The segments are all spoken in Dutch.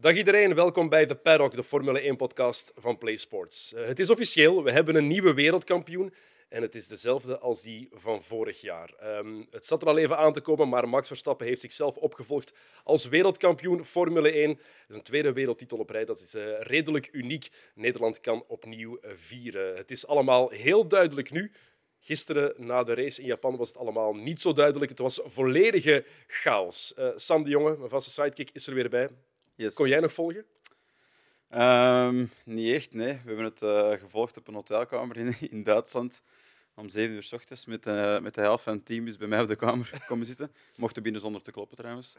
Dag iedereen, welkom bij The Paddock, de Formule 1-podcast van PlaySports. Het is officieel, we hebben een nieuwe wereldkampioen en het is dezelfde als die van vorig jaar. Het zat er al even aan te komen, maar Max Verstappen heeft zichzelf opgevolgd als wereldkampioen Formule 1. Dat is een tweede wereldtitel op rij, dat is redelijk uniek. Nederland kan opnieuw vieren. Het is allemaal heel duidelijk nu. Gisteren na de race in Japan was het allemaal niet zo duidelijk. Het was volledige chaos. Sam de Jonge, mijn vaste sidekick, is er weer bij. Yes. Kon jij nog volgen? Niet echt, nee. We hebben het gevolgd op een hotelkamer in Duitsland. Om 7 uur 's ochtends met de helft van het team is bij mij op de kamer komen zitten. Mochten binnen zonder te kloppen trouwens.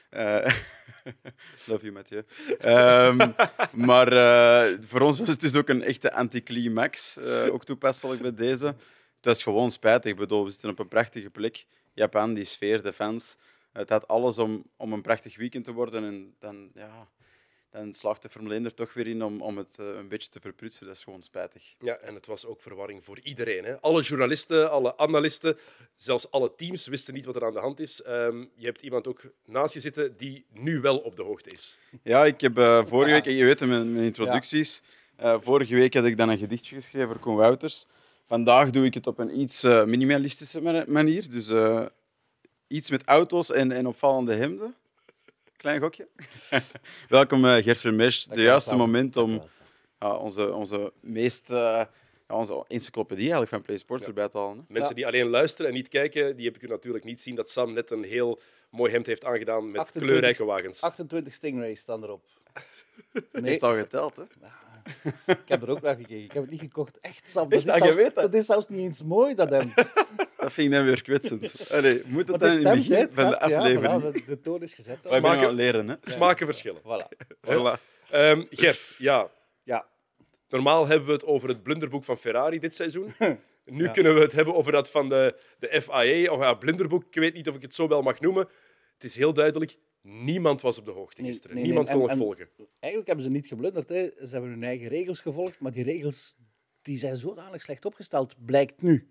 Love you, Mathieu. Maar voor ons was het dus ook een echte anticlimax. Ook toepasselijk bij deze. Het was gewoon spijtig. Ik bedoel, we zitten op een prachtige plek. Japan, die sfeer, de fans. Het had alles om een prachtig weekend te worden. En dan slaagt de Formule 1 er toch weer in om het een beetje te verprutsen. Dat is gewoon spijtig. Ja, en het was ook verwarring voor iedereen. Hè? Alle journalisten, alle analisten, zelfs alle teams wisten niet wat er aan de hand is. Je hebt iemand ook naast je zitten die nu wel op de hoogte is. Ja, ik heb vorige week, je weet mijn introducties. Vorige week had ik dan een gedichtje geschreven voor Koen Wouters. Vandaag doe ik het op een iets minimalistische manier. Dus iets met auto's en opvallende hemden. Klein gokje. Welkom, Gert Vermeers. Het juiste moment om onze encyclopedie eigenlijk van PlaySports erbij te halen. Hè? Mensen die alleen luisteren en niet kijken, die heb ik u natuurlijk niet zien dat Sam net een heel mooi hemd heeft aangedaan met kleurrijke wagens. 28 Stingrays staan erop. Nee, heeft al geteld, hè? Ik heb er ook naar gekeken. Ik heb het niet gekocht. Echt, Sam. Dat is zelfs niet eens mooi, dat hemd. Dat vind ik dan weer kwetsend. Allee, moet het Maar dan in het begin van de aflevering? Ja, voilà, de toon is gezet. Wij moeten gaan leren, hè? Smaken verschillen. Voilà. Gert, ja. Ja. Normaal hebben we het over het blunderboek van Ferrari dit seizoen. Nu kunnen we het hebben over dat van de FIA, of ja, blunderboek. Ik weet niet of ik het zo wel mag noemen. Het is heel duidelijk, niemand was op de hoogte gisteren. Niemand kon het volgen. Eigenlijk hebben ze niet geblunderd. Hè. Ze hebben hun eigen regels gevolgd, maar die regels die zijn zodanig slecht opgesteld, blijkt nu.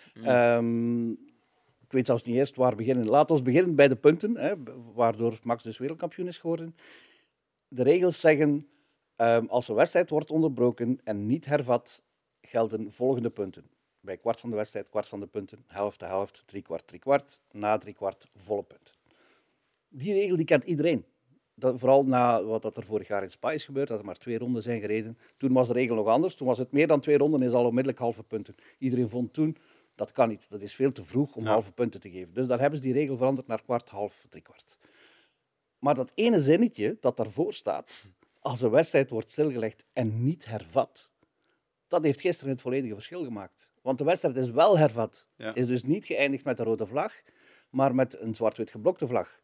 Ik weet zelfs niet eerst waar beginnen. Laten we beginnen bij de punten, hè, waardoor Max dus wereldkampioen is geworden. De regels zeggen, als een wedstrijd wordt onderbroken en niet hervat, gelden volgende punten. Bij kwart van de wedstrijd, kwart van de punten, helft de helft, driekwart, na driekwart, volle punten. Die regel die kent iedereen. Vooral na wat er vorig jaar in Spa is gebeurd, dat er maar 2 ronden zijn gereden. Toen was de regel nog anders. Toen was het meer dan 2 ronden, is al onmiddellijk halve punten. Iedereen vond toen, dat kan niet. Dat is veel te vroeg om halve punten te geven. Dus daar hebben ze die regel veranderd naar kwart, half, driekwart. Maar dat ene zinnetje dat daarvoor staat, als een wedstrijd wordt stilgelegd en niet hervat, dat heeft gisteren het volledige verschil gemaakt. Want de wedstrijd is wel hervat. Ja. Is dus niet geëindigd met een rode vlag, maar met een zwart-wit geblokte vlag.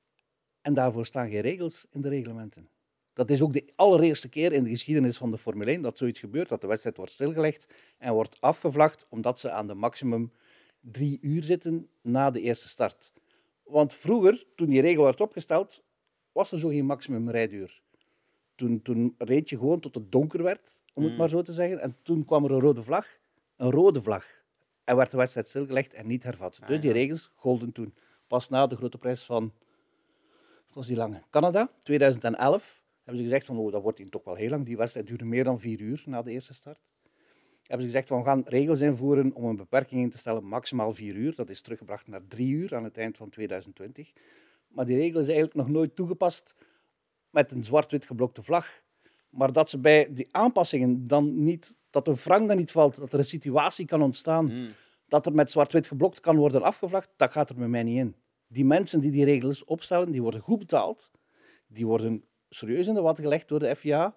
En daarvoor staan geen regels in de reglementen. Dat is ook de allereerste keer in de geschiedenis van de Formule 1 dat zoiets gebeurt, dat de wedstrijd wordt stilgelegd en wordt afgevlagd omdat ze aan de maximum 3 uur zitten na de eerste start. Want vroeger, toen die regel werd opgesteld, was er zo geen maximum rijduur. Toen reed je gewoon tot het donker werd, om het maar zo te zeggen. En toen kwam er een rode vlag. En werd de wedstrijd stilgelegd en niet hervat. Dus die regels golden toen. Pas na de grote prijs van... Wat was die lange? Canada, 2011. Hebben ze gezegd van, dat wordt hier toch wel heel lang. Die wedstrijd duurde meer dan 4 uur na de eerste start. Hebben ze gezegd van, we gaan regels invoeren om een beperking in te stellen, maximaal 4 uur. Dat is teruggebracht naar 3 uur aan het eind van 2020. Maar die regel is eigenlijk nog nooit toegepast met een zwart-wit geblokte vlag. Maar dat ze bij die aanpassingen dan niet, dat een frank dan niet valt, dat er een situatie kan ontstaan, dat er met zwart-wit geblokt kan worden afgevlagd, dat gaat er bij mij niet in. Die mensen die regels opstellen, die worden goed betaald. Die worden serieus in de watten gelegd door de FIA.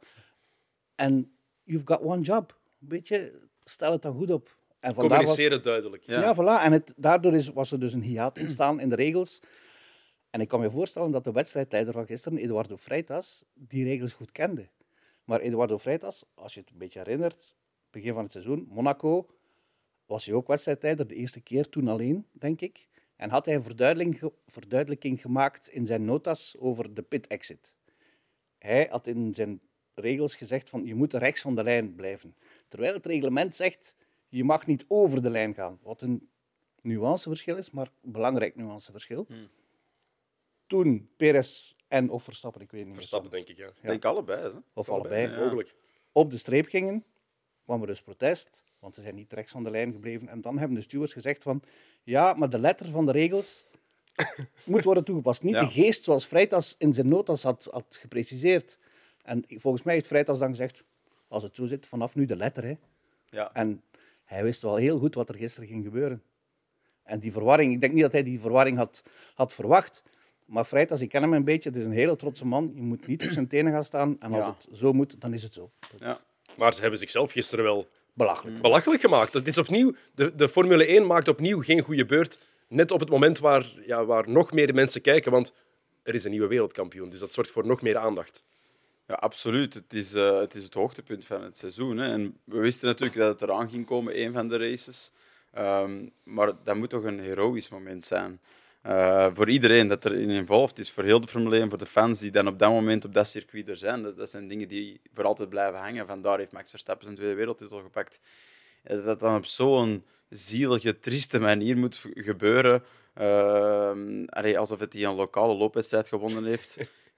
En you've got one job. Weet je, stel het dan goed op. En Communiceer het duidelijk. Ja, voilà. En daardoor was er dus een hiaat ontstaan in de regels. En ik kan me voorstellen dat de wedstrijdleider van gisteren, Eduardo Freitas, die regels goed kende. Maar Eduardo Freitas, als je het een beetje herinnert, begin van het seizoen, Monaco, was hij ook wedstrijdleider, de eerste keer toen alleen, denk ik. En had hij een verduidelijking gemaakt in zijn notas over de pit exit. Hij had in zijn regels gezegd van je moet rechts van de lijn blijven. Terwijl het reglement zegt je mag niet over de lijn gaan. Wat een nuanceverschil is, maar een belangrijk nuanceverschil. Toen Perez en of Verstappen, ik weet niet meer. Verstappen, denk ik, ja. Ik denk allebei. Hè. Of allebei. Ja. Mogelijk. Op de streep gingen, kwam er dus protest, want ze zijn niet rechts van de lijn gebleven. En dan hebben de stewards gezegd van, ja, maar de letter van de regels moet worden toegepast. Niet Ja. de geest zoals Freitas in zijn notas had gepreciseerd. En volgens mij heeft Freitas dan gezegd, als het zo zit, vanaf nu de letter. Hè. Ja. En hij wist wel heel goed wat er gisteren ging gebeuren. En die verwarring, ik denk niet dat hij die verwarring had verwacht. Maar Freitas, ik ken hem een beetje, het is een hele trotse man. Je moet niet op zijn tenen gaan staan. En als Ja. het zo moet, dan is het zo. Ja. Maar ze hebben zichzelf gisteren wel Belachelijk. belachelijk gemaakt. Het is opnieuw, de Formule 1 maakt opnieuw geen goede beurt. Net op het moment waar nog meer mensen kijken. Want er is een nieuwe wereldkampioen. Dus dat zorgt voor nog meer aandacht. Ja, absoluut. Het is het hoogtepunt van het seizoen. Hè. En we wisten natuurlijk dat het eraan ging komen, een van de races. Maar dat moet toch een heroïsch moment zijn. Voor iedereen dat erin involved is, voor heel de Formule 1, voor de fans die dan op dat moment op dat circuit er zijn. Dat zijn dingen die voor altijd blijven hangen. Vandaar heeft Max Verstappen zijn tweede wereldtitel gepakt. Dat dat dan op zo'n zielige, trieste manier moet gebeuren. Alsof het hij een lokale loopwedstrijd gewonnen heeft.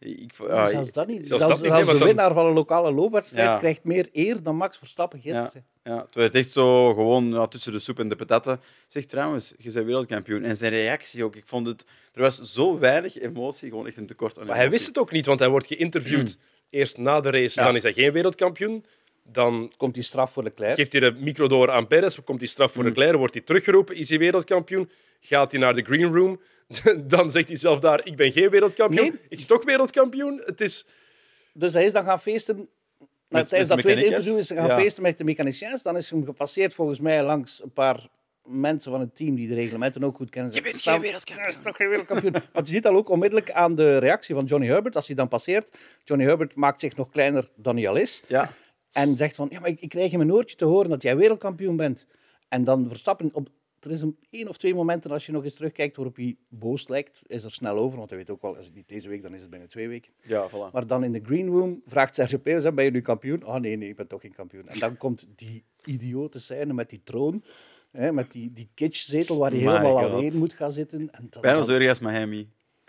Zelfs dat niet. zelfs Zelfs, dat niet, nee, zelfs maar de dan- winnaar van een lokale loopwedstrijd Ja. krijgt meer eer dan Max Verstappen gisteren. Ja, het werd echt zo gewoon tussen de soep en de patatten. Zeg trouwens, je bent wereldkampioen. En zijn reactie ook. Ik vond het... Er was zo weinig emotie, gewoon echt een tekort aan Maar hij wist het ook niet, want hij wordt geïnterviewd eerst na de race. Ja. Dan is hij geen wereldkampioen. Dan Komt die straf voor Leclerc. geeft hij de micro door aan Perez. Komt die straf voor Leclerc. Wordt hij teruggeroepen. Is hij wereldkampioen? Gaat hij naar de green room? Dan zegt hij zelf daar, ik ben geen wereldkampioen. Nee. Is hij toch wereldkampioen? Het is... Dus hij is dan gaan feesten. Met Tijdens dat de tweede mechaniekers? interview is hij gaan Ja. feesten met de mechaniciens. Dan is hij hem gepasseerd volgens mij langs een paar mensen van het team die de reglementen ook goed kennen. Je bent geen wereldkampioen. Dat is toch geen wereldkampioen. Want je ziet dat ook onmiddellijk aan de reactie van Johnny Herbert. Als hij dan passeert, Johnny Herbert maakt zich nog kleiner dan hij al is. Ja. En zegt van, ja, maar ik krijg in mijn oortje te horen dat jij wereldkampioen bent. En dan Verstappen, er is één of twee momenten als je nog eens terugkijkt waarop hij boos lijkt, is er snel over. Want hij weet ook wel, als het niet deze week, dan is het binnen 2 weken. Ja, voilà. Maar dan in de green room vraagt Sergio Perez, ben je nu kampioen? Oh nee, ik ben toch geen kampioen. En dan komt die idiote scène met die troon, hè, met die kitschzetel waar hij My helemaal God. alleen moet gaan zitten. En Bijna zo erg als Miami.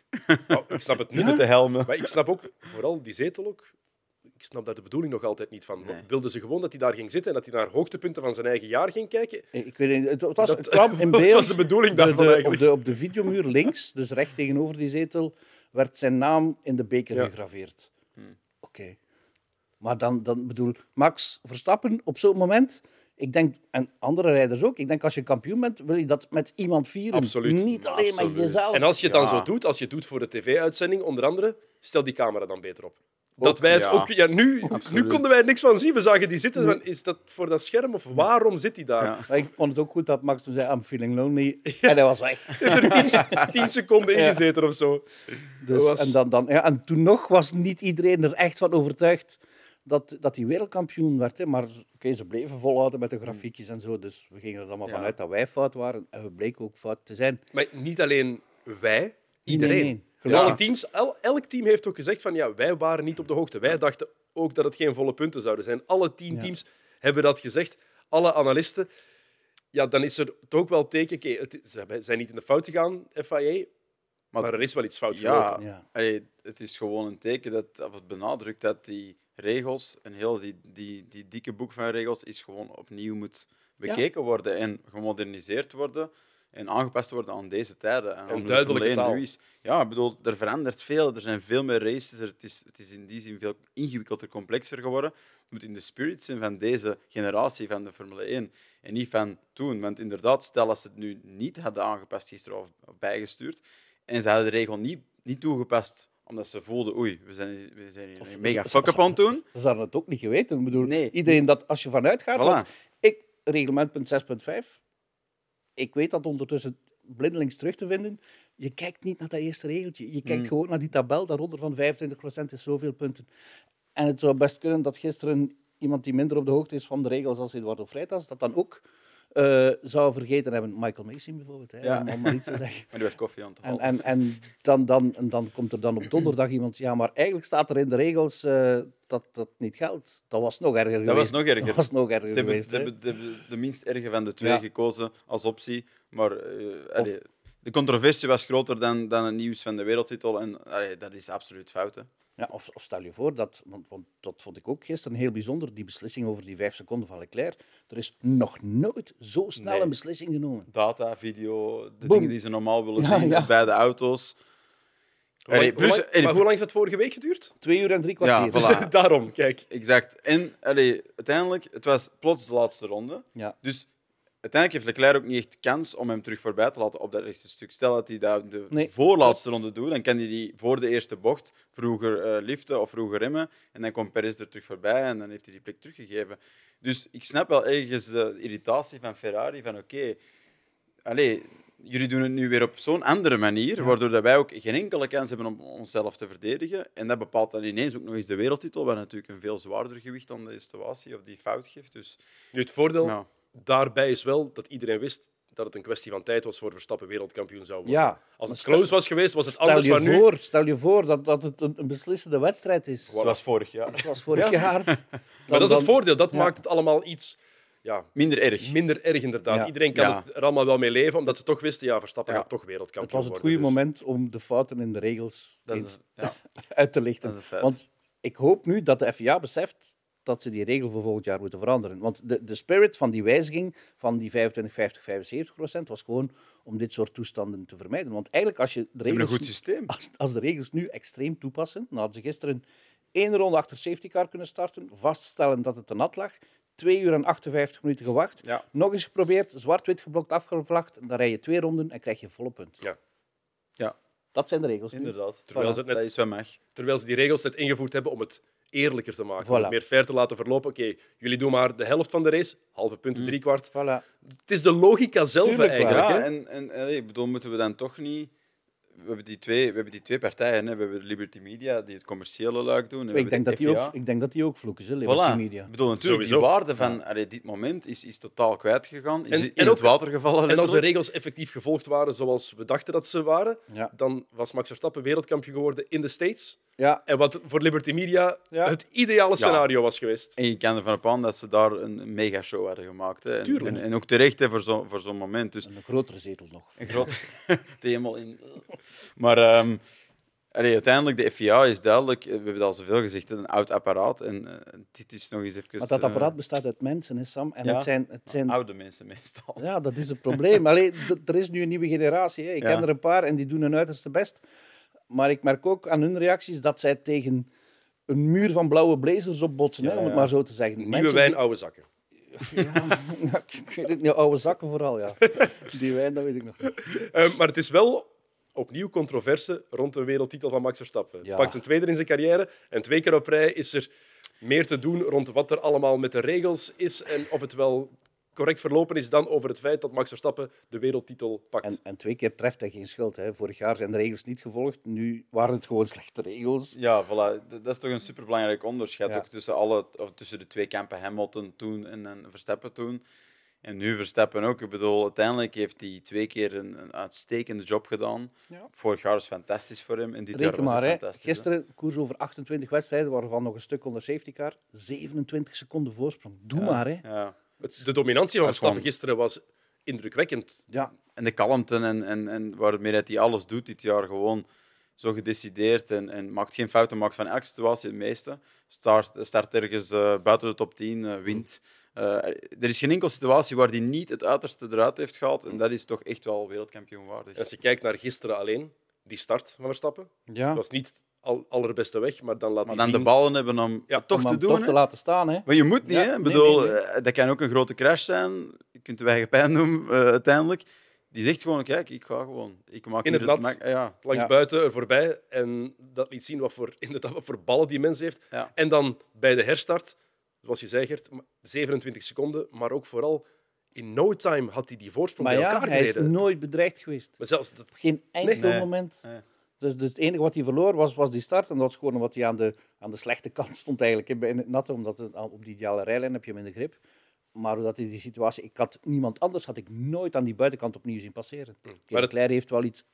Oh, ik snap het niet. Met de helmen. Maar ik snap ook, vooral die zetel ook, ik snap daar de bedoeling nog altijd niet van. Nee. Wilden ze gewoon dat hij daar ging zitten en dat hij naar hoogtepunten van zijn eigen jaar ging kijken? Ik weet niet, het Dat- kwam in wat beeld. was de bedoeling daarvan eigenlijk? Op de videomuur links, dus recht tegenover die zetel, werd zijn naam in de beker Ja. gegraveerd. Oké. Maar dan bedoel, Max Verstappen op zo'n moment, ik denk, en andere rijders ook, ik denk als je kampioen bent, wil je dat met iemand vieren. Absoluut. Niet alleen met Absoluut. jezelf. En als je het dan Ja. zo doet, als je het doet voor de tv-uitzending, onder andere, stel die camera dan beter op. Dat wij het ja. ook... Ja, nu Absoluut. konden wij er niks van zien. We zagen die zitten. Van, is dat voor dat scherm of waarom zit hij daar? Ja. Maar ik vond het ook goed dat Max toen zei, I'm feeling lonely. En hij was weg. Hij heeft er 10 seconden in Ja. gezeten of zo. Dus, was- en toen nog was niet iedereen er echt van overtuigd dat hij wereldkampioen werd. Hè. Maar oké, ze bleven volhouden met de grafiekjes en zo. Dus we gingen er allemaal Ja. vanuit dat wij fout waren. En we bleken ook fout te zijn. Maar niet alleen wij, iedereen. Nee. Gelukkig. Alle teams, elk team heeft ook gezegd van ja, wij waren niet op de hoogte. Wij dachten ook dat het geen volle punten zouden zijn. Alle 10 Ja. teams hebben dat gezegd. Alle analisten. Ja, dan is er toch ook wel teken. Oké, ze zijn niet in de fout gegaan, FIA. Maar er is wel iets fout Ja, gelopen. Ja. het is gewoon een teken of het benadrukt dat die regels, en heel die dikke boek van regels, is gewoon opnieuw moet bekeken worden en gemoderniseerd worden en aangepast worden aan deze tijden. En aan hoe duidelijke Formule 1 taal. nu is. Ja, ik bedoel, er verandert veel. Er zijn veel meer races. Het is in die zin veel ingewikkelder, complexer geworden. Het moet in de spirit zijn van deze generatie van de Formule 1 en niet van toen. Want inderdaad, stel als ze het nu niet hadden aangepast gisteren of bijgestuurd en ze hadden de regel niet toegepast omdat ze voelden, oei, we zijn hier een mega fuck-up aan het doen. Ze hadden het ook niet geweten. Ik bedoel, Nee. iedereen dat, als je vanuit gaat... Voilà. Want reglementpunt 6.5, ik weet dat ondertussen blindelings terug te vinden. Je kijkt niet naar dat eerste regeltje. Je kijkt gewoon naar die tabel. Daaronder van 25% is zoveel punten. En het zou best kunnen dat gisteren iemand die minder op de hoogte is van de regels als Eduardo Freitas, dat dan ook zou vergeten hebben. Michael Mason bijvoorbeeld, hè, Ja. om maar iets te zeggen. Maar die was koffie aan het halen. En dan komt er dan op donderdag iemand... Ja, maar eigenlijk staat er in de regels dat dat niet geldt. Dat was nog erger geweest. Dat was nog erger. Dat was nog erger Ze hebben, geweest. ze hè. hebben de minst erge van de twee Ja. gekozen als optie. Maar allee, de controversie was groter dan het nieuws van de wereldtitel. En dat is absoluut fout. Hè. Ja, of stel je voor, want dat vond ik ook gisteren heel bijzonder, die beslissing over die 5 seconden van Leclerc. Er is nog nooit zo snel een beslissing genomen. Data, video, de Boom. dingen die ze normaal willen zien bij de auto's. Maar hoe lang heeft het vorige week geduurd? 2 uur en 3 Ja, kwartier. voilà. Daarom, kijk. Exact. En uiteindelijk, het was plots de laatste ronde. Ja. Dus uiteindelijk heeft Leclerc ook niet echt kans om hem terug voorbij te laten op dat rechte stuk. Stel dat hij dat de voorlaatste ronde doet, dan kan hij die voor de eerste bocht vroeger liften of vroeger remmen. En dan komt Perez er terug voorbij en dan heeft hij die plek teruggegeven. Dus ik snap wel ergens de irritatie van Ferrari van oké, jullie doen het nu weer op zo'n andere manier, waardoor dat wij ook geen enkele kans hebben om onszelf te verdedigen. En dat bepaalt dan ineens ook nog eens de wereldtitel, wat natuurlijk een veel zwaarder gewicht dan de situatie of die fout geeft. Dus, Nu, het voordeel ja. daarbij is wel dat iedereen wist dat het een kwestie van tijd was voor Verstappen wereldkampioen zou worden. Ja, Als het close was geweest, was het stel anders. Maar nu... Stel je voor dat het een beslissende wedstrijd is. Zoals vorig jaar. Zoals vorig jaar. Maar dat is het voordeel. Dat maakt het allemaal iets Minder erg. minder erg, inderdaad. Ja. Iedereen kan het er allemaal wel mee leven, omdat ze toch wisten, Verstappen gaat toch Het wereldkampioen was het worden. goede dus. moment om de fouten in de regels Dat eens is, uit te lichten. dat is een feit. Want ik hoop nu dat de FIA beseft dat ze die regel voor volgend jaar moeten veranderen. Want de spirit van die wijziging van die 25, 50, 75% was gewoon om dit soort toestanden te vermijden. Want eigenlijk als je de Ze hebben een regels, goed systeem. als de regels nu extreem toepassen, dan hadden ze gisteren 1 ronde achter safety car kunnen starten, vaststellen dat het te nat lag, 2 uur en 58 minuten gewacht, Ja. nog eens geprobeerd, zwart-wit geblokt, afgevlagd, dan rij je 2 ronden en krijg je volle punt. Ja, Dat zijn de regels nu. inderdaad. Terwijl ze het net- Dat is wat mag. Terwijl ze die regels net ingevoerd hebben om het eerlijker te maken, om Voilà. het meer fair te laten verlopen. Oké, jullie doen maar de helft van de race, halve punten, driekwart. Voilà. Het is de logica zelf Tuurlijk wel. eigenlijk. Ja, en ik bedoel, moeten we dan toch niet... We hebben die twee partijen. Hè. We hebben Liberty Media, die het commerciële luik doen. En we Ik denk, hebben de FIA. ik denk dat die ook vloeken, hè, Liberty Voilà. Media. Ik bedoel, natuurlijk, Sowieso. die waarde van dit moment is totaal kwijtgegaan. Is En in ook- het water gevallen. En als de letterlijk. regels effectief gevolgd waren zoals we dachten dat ze waren, Ja. dan was Max Verstappen wereldkampioen geworden in de States. Ja, En wat voor Liberty Media Ja. het ideale scenario was geweest. En je kan ervan op aan dat ze daar een megashow hadden gemaakt. Hè. Tuurlijk. En ook terecht hè, voor zo'n moment. Dus en een grotere zetel nog. een groot... de hemel in... Maar uiteindelijk, de FIA is duidelijk... We hebben het al zoveel gezegd, een oud apparaat. En dit is nog eens even... Maar dat apparaat bestaat uit mensen, hè, Sam. En ja, het zijn oude mensen meestal. ja, dat is het probleem. Allee, er is nu een nieuwe generatie. Hè. Ik Ja. ken er een paar en die doen hun uiterste best. Maar ik merk ook aan hun reacties dat zij tegen een muur van blauwe blazers opbotsen, hè, om het maar zo te zeggen. Nieuwe Mensen wijn, die- oude zakken. Ja, ik weet het niet, oude zakken vooral, ja. Die wijn, dat weet ik nog niet. Maar het is wel opnieuw controverse rond de wereldtitel van Max Verstappen. Ja. Pakt zijn tweede in zijn carrière en 2 keer op rij is er meer te doen rond wat er allemaal met de regels is en of het wel correct verlopen is dan over het feit dat Max Verstappen de wereldtitel pakt. En 2 keer treft hij geen schuld. Hè. Vorig jaar zijn de regels niet gevolgd. Nu waren het gewoon slechte regels. Ja, voilà. Dat is toch een superbelangrijk onderscheid Ja. ook tussen de twee kampen Hamilton toen en Verstappen toen. En nu Verstappen ook. Ik bedoel, uiteindelijk heeft hij 2 keer een uitstekende job gedaan. Ja. Vorig jaar was fantastisch voor hem en dit jaar Reken was maar, ook hè. fantastisch. Gisteren koers over 28 wedstrijden, waarvan nog een stuk onder safety car. 27 seconden voorsprong. Doe maar, hè. Ja. De dominantie van Dat is Verstappen gewoon- gisteren was indrukwekkend. Ja, En de kalmte en waarmee dat hij alles doet dit jaar, gewoon zo gedecideerd en maakt geen fouten, maakt van elke situatie het meeste. Start ergens buiten de top 10, wint. Er is geen enkele situatie waar hij niet het uiterste eruit heeft gehaald. En dat is toch echt wel wereldkampioen waardig. Als je kijkt naar gisteren alleen, die start van Verstappen, ja. was niet allerbeste weg, maar dan laat Maar hij dan de zien... ballen hebben om Ja, het toch om te hem doen. toch hè. te laten staan, hè. Maar je moet niet, Ja, hè? Ik nee, bedoel, nee. dat kan ook een grote crash zijn. Je kunt de eigen pijn doen uiteindelijk. Die zegt gewoon, kijk, ik ga gewoon. Ik maak In hier het blad. Ja. langs Ja. buiten er voorbij. En dat liet zien inderdaad, wat voor ballen die mens heeft. Ja. En dan bij de herstart, zoals je zei, Gert, 27 seconden, maar ook vooral in no time had hij die voorsprong Maar bij ja, elkaar hij is gereden. nooit bedreigd geweest. Maar zelfs dat, Op geen enkel Nee. moment. Nee. Dus het enige wat hij verloor was die start. En dat was gewoon omdat hij aan de slechte kant stond eigenlijk in het natte. Omdat op die ideale rijlijn heb je hem in de grip. Maar dat is die situatie... Niemand anders had ik nooit aan die buitenkant opnieuw zien passeren. Maar het- Leclerc heeft wel iets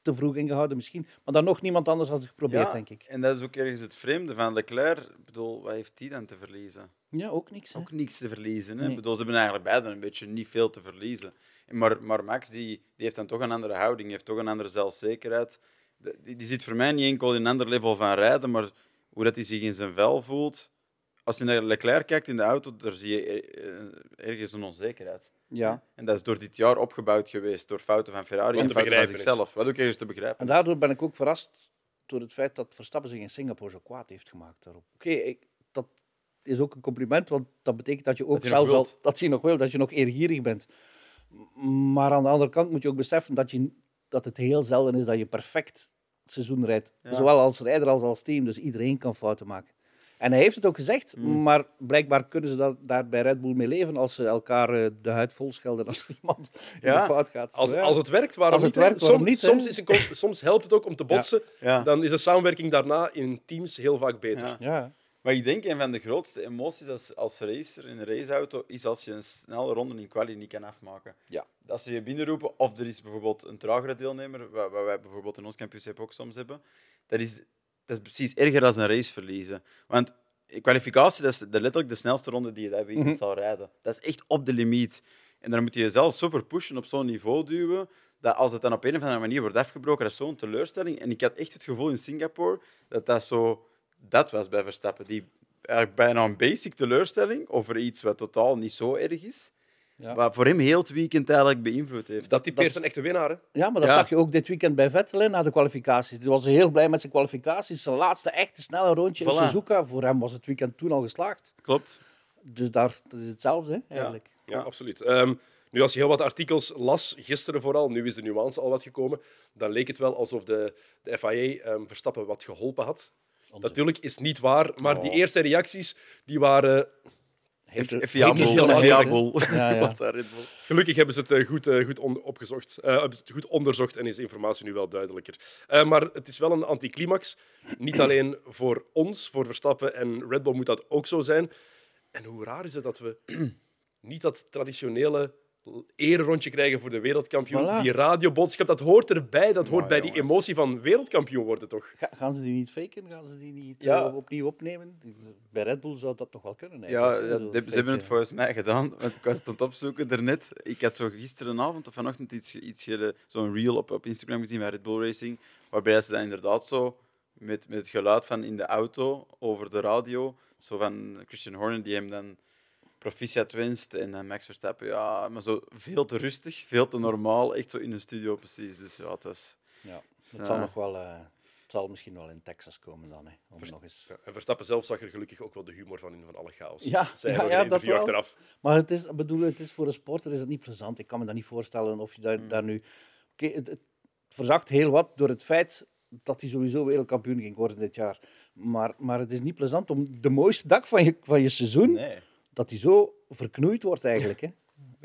te vroeg ingehouden misschien. Maar dan nog niemand anders had het geprobeerd, denk ik. En dat is ook ergens het vreemde van Leclerc. Ik bedoel, wat heeft hij dan te verliezen? Ja, ook niks. Hè? Ook niks te verliezen. Hè? Nee. Ik bedoel, ze hebben eigenlijk beiden een beetje niet veel te verliezen. Maar Max die heeft dan toch een andere houding, heeft toch een andere zelfzekerheid. Die zit voor mij niet enkel in een ander level van rijden, maar hoe dat hij zich in zijn vel voelt. Als je naar Leclerc kijkt in de auto, daar zie je ergens een onzekerheid. Ja. En dat is door dit jaar opgebouwd geweest, door fouten van Ferrari Wat en te fouten van begrijpen zichzelf. Wat ook ergens te begrijpen En is. daardoor ben ik ook verrast door het feit dat Verstappen zich in Singapore zo kwaad heeft gemaakt daarop. Oké, dat is ook een compliment, want dat betekent dat je ook hij nog zelfs al... wilt. Dat je nog wil, dat je nog eergierig bent. Maar aan de andere kant moet je ook beseffen dat het heel zelden is dat je perfect seizoen rijdt. Ja. Zowel als rijder als als team. Dus iedereen kan fouten maken. En hij heeft het ook gezegd, maar blijkbaar kunnen ze daar bij Red Bull mee leven als ze elkaar de huid vol schelden als iemand in Ja. de fout gaat. Als het werkt, waarom Als het niet? hè? werkt, waarom niet, hè? Soms helpt het ook om te botsen. Ja. Dan is de samenwerking daarna in teams heel vaak beter. Ja. Ja. Maar ik denk, een van de grootste emoties als racer in een raceauto is als je een snelle ronde in quali niet kan afmaken. Ja. Als ze je binnenroepen, of er is bijvoorbeeld een tragere deelnemer, wat wij bijvoorbeeld in ons kampioenschap ook soms hebben, dat is precies erger dan een race verliezen. Want kwalificatie, dat is letterlijk de snelste ronde die je dat weekend zal rijden. Dat is echt op de limiet. En dan moet je jezelf zo voor pushen, op zo'n niveau duwen, dat als het dan op een of andere manier wordt afgebroken, dat is zo'n teleurstelling. En ik had echt het gevoel in Singapore dat was bij Verstappen. Die eigenlijk bijna een basic teleurstelling over iets wat totaal niet zo erg is. Ja. Wat voor hem heel het weekend eigenlijk beïnvloed heeft. Dat typeert een echte winnaar. Hè? Ja, maar dat Ja. zag je ook dit weekend bij Vettel hè, na de kwalificaties. Hij was heel blij met zijn kwalificaties. Zijn laatste echte snelle rondje in Voilà. Suzuka. Voor hem was het weekend toen al geslaagd. Klopt. Dus dat is hetzelfde, hè, eigenlijk. Ja, absoluut. Nu, als je heel wat artikels las, gisteren vooral, nu is de nuance al wat gekomen, dan leek het wel alsof de FIA Verstappen wat geholpen had. Natuurlijk is niet waar, maar die eerste reacties die waren... Heeft er- Fiabel. heeft er- Fiabel. Ja, ja. Wat daar Red Bull. Gelukkig hebben ze het goed onderzocht en is de informatie nu wel duidelijker. Maar het is wel een anticlimax. Niet alleen voor ons, voor Verstappen en Red Bull moet dat ook zo zijn. En hoe raar is het dat we niet dat traditionele ererondje krijgen voor de wereldkampioen. Voilà. Die radioboodschap, dat hoort erbij. Dat hoort Maar bij die jongens. emotie van wereldkampioen worden, toch? Gaan ze die niet faken? Gaan ze die niet Ja. opnieuw opnemen? Dus, bij Red Bull zou dat toch wel kunnen? Ja, eigenlijk, hè, zo ze hebben faken. het volgens mij gedaan. Want ik was het aan het opzoeken daarnet. Ik had zo gisterenavond of vanochtend zo'n reel op Instagram gezien van Red Bull Racing, waarbij ze dan inderdaad zo met het geluid van in de auto over de radio, zo van Christian Horner, die hem dan proficiat wenst, en dan Max Verstappen, ja, maar zo veel te rustig, veel te normaal, echt zo in een studio precies. Dus ja, het was... Ja, het zal nog wel... het zal misschien wel in Texas komen dan, hè, om nog eens... Ja, en Verstappen zelf zag er gelukkig ook wel de humor van in, van alle chaos. Ja, Zij ja, hebben ja, een dat interview wel. achteraf. Maar het is voor een sporter is het niet plezant. Ik kan me dat niet voorstellen of je daar nu... Oké, het verzacht heel wat door het feit dat hij sowieso wereldkampioen ging worden dit jaar. Maar het is niet plezant om de mooiste dag van je seizoen, Nee. dat hij zo verknoeid wordt eigenlijk. Hè.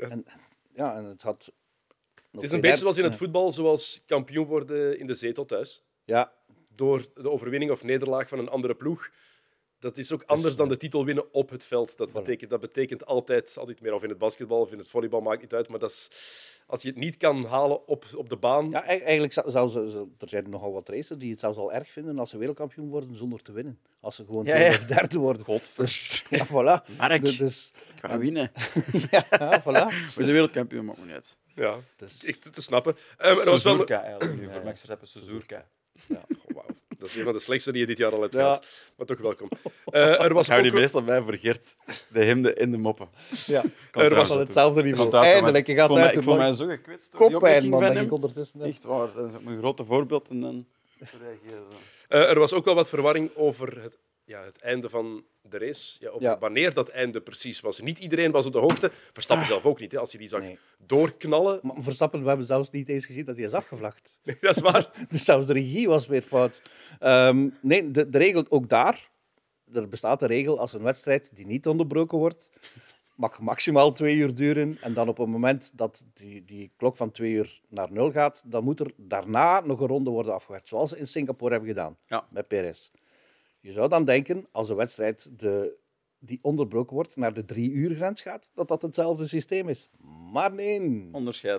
En het had... Het is een beetje zoals in het voetbal, zoals kampioen worden in de zetel thuis. Ja, Door de overwinning of nederlaag van een andere ploeg. Dat is ook anders dan de titel winnen op het veld. Dat betekent altijd meer. Of in het basketbal of in het volleybal, maakt niet uit. Maar dat is, als je het niet kan halen op de baan... ja eigenlijk zou er zijn nogal wat racers die het zelfs al erg vinden als ze wereldkampioen worden zonder te winnen. Als ze gewoon tweede of derde worden. Dus, ja, voilà. Mark, Dus, ik ga winnen. ja, voilà. We zijn wereldkampioen, maakt me niet uit. Ja, Dus- echt te snappen. Er was wel... Suzuka eigenlijk nu, voor Max Verstappen, Suzuka. Oh, wauw. Dat is een van de slechtste die je dit jaar al hebt Ja. gehad. Maar toch welkom. Er was Ik hou die ook... meestal bij voor Gert. De hemden en de moppen. Ja, Er was van hetzelfde niveau. Vandaar, Eindelijk, je gaat ik uit vond de mij zo gekwetst door die koppijn, opmerking man, van dat hem. ik ondertussen heb. Echt waar, dat is ook mijn grote voorbeeld. En dan reageren ze. Er was ook wel wat verwarring over het einde van de race. Ja, over Ja. wanneer dat einde precies was. Niet iedereen was op de hoogte. Verstappen zelf ook niet. Hè. Als je die zag Nee. doorknallen... Maar Verstappen, we hebben zelfs niet eens gezien dat hij is afgevlacht. Dat is waar. Dus zelfs de regie was weer fout. Nee, de regel ook daar. Er bestaat een regel als een wedstrijd die niet onderbroken wordt, mag maximaal 2 uur duren. En dan op het moment dat die klok van 2 uur naar 0 gaat, dan moet er daarna nog een ronde worden afgewerkt. Zoals ze in Singapore hebben gedaan Ja. met Perez. Je zou dan denken, als een wedstrijd die onderbroken wordt naar de 3 uur grens gaat, dat dat hetzelfde systeem is. Maar nee. Onderscheid.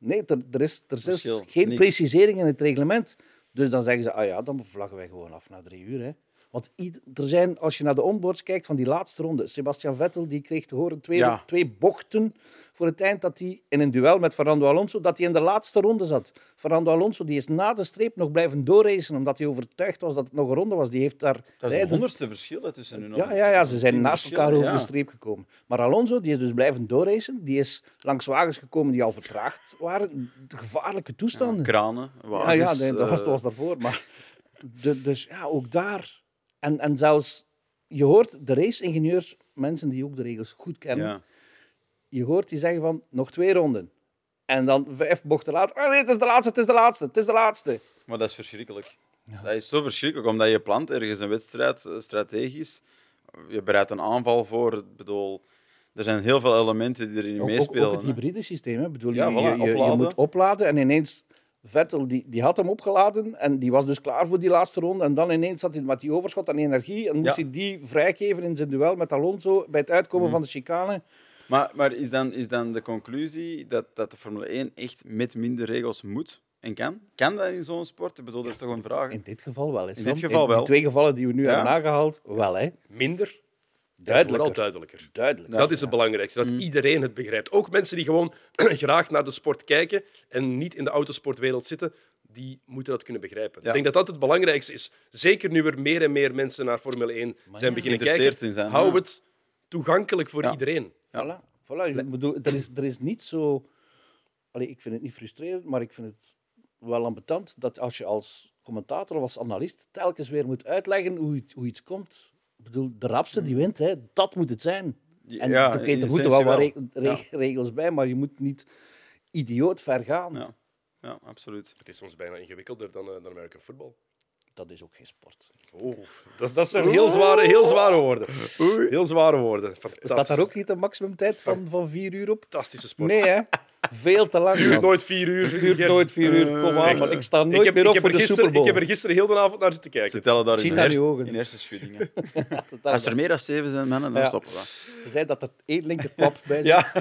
Nee, er is Verschil, geen niks. precisering in het reglement. Dus dan zeggen ze, dan vlaggen wij gewoon af na 3 uur. Hè. Want er zijn, als je naar de onboards kijkt van die laatste ronde, Sebastian Vettel die kreeg te horen twee bochten voor het eind dat hij in een duel met Fernando Alonso, dat hij in de laatste ronde zat. Fernando Alonso die is na de streep nog blijven doorracen, omdat hij overtuigd was dat het nog een ronde was. Die heeft daar Dat is een 100ste verschil hè, tussen nu. Ja, ze zijn naast elkaar over de de streep gekomen. Maar Alonso die is dus blijven doorracen. Die is langs wagens gekomen die al vertraagd waren. De gevaarlijke toestanden. Kranen, wagens. Dat was daarvoor. Maar dus ja, ook daar. En zelfs, je hoort de race-ingenieurs, mensen die ook de regels goed kennen, Ja. je hoort die zeggen van, nog 2 ronden. En dan 5 bochten later, nee, het is de laatste. Maar dat is verschrikkelijk. Dat is zo verschrikkelijk, omdat je plant ergens een wedstrijd strategisch. Je bereidt een aanval voor. Ik bedoel, er zijn heel veel elementen die erin meespelen. Ook het hybride systeem. Hè. Ik bedoel, Ja, voilà, je opladen. moet opladen en ineens... Vettel die had hem opgeladen en die was dus klaar voor die laatste ronde. En dan ineens zat hij met die overschot aan energie en moest hij die vrijgeven in zijn duel met Alonso bij het uitkomen van de chicane. Maar is dan de conclusie dat de Formule 1 echt met minder regels moet en kan? Kan dat in zo'n sport? Ik bedoel, dat is toch een vraag. In dit geval wel. Hè, In Sam. dit geval wel. Die 2 gevallen die we nu hebben aangehaald, wel. Hè. Minder, Duidelijker. vooral duidelijker. Duidelijk. Dat is het belangrijkste, dat iedereen het begrijpt. Ook mensen die gewoon graag naar de sport kijken en niet in de autosportwereld zitten, die moeten dat kunnen begrijpen. Ja. Ik denk dat dat het belangrijkste is. Zeker nu er meer en meer mensen naar Formule 1 zijn beginnen Geïnteresseerd kijken. in zijn, Hou ja. het toegankelijk voor Ja. iedereen. Voilà. Ik bedoel, er is niet zo... Allee, ik vind het niet frustrerend, maar ik vind het wel ambetant dat als je als commentator of als analist telkens weer moet uitleggen hoe iets komt. Ik bedoel, de rapste die wint, hè, dat moet het zijn. En Ja, oké, in er moeten wel wat essentie regels bij, maar je moet niet idioot ver gaan. Ja, absoluut. Het is soms bijna ingewikkelder dan American football. Dat is ook geen sport. Oh, dat zijn heel zware woorden. Heel zware woorden. Staat daar ook niet een maximumtijd van 4 uur op? Fantastische sport. Nee, hè? Veel te lang. Het duurt man. nooit 4 uur. Het duurt Gert. nooit 4 uur. Kom aan, Echt. man. Ik sta nooit meer op voor de Super Bowl. Ik heb er gisteren heel de avond naar zitten kijken. Ze tellen daar Ziet aan je ogen. in hersenschuddingen. Als Als er meer dan 7 zijn mannen, dan Ja. stoppen we. Tenzij dat er 1 linkerklap bij zit. Ja.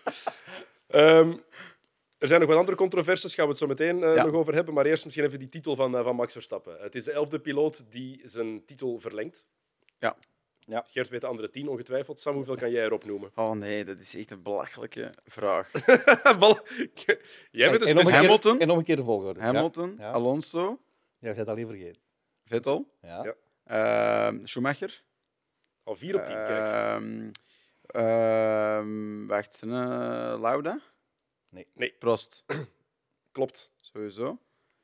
Er zijn nog wat andere controversies, gaan we het zo meteen Ja. nog over hebben. Maar eerst misschien even die titel van Max Verstappen. Het is de 11e piloot die zijn titel verlengt. Ja. Gert weet de andere 10 ongetwijfeld. Sam, hoeveel kan jij erop noemen? Oh nee, dat is echt een belachelijke vraag. Jij bent een En nog een specialist. Hamilton? En nog een keer de volgorde. Hamilton, Ja. Alonso, Ja, je hebt alleen vergeten. Vettel, Ja. Ja. Schumacher. Al 4 op 10, kijk. Wacht, Lauda? Nee, Prost, klopt. sowieso.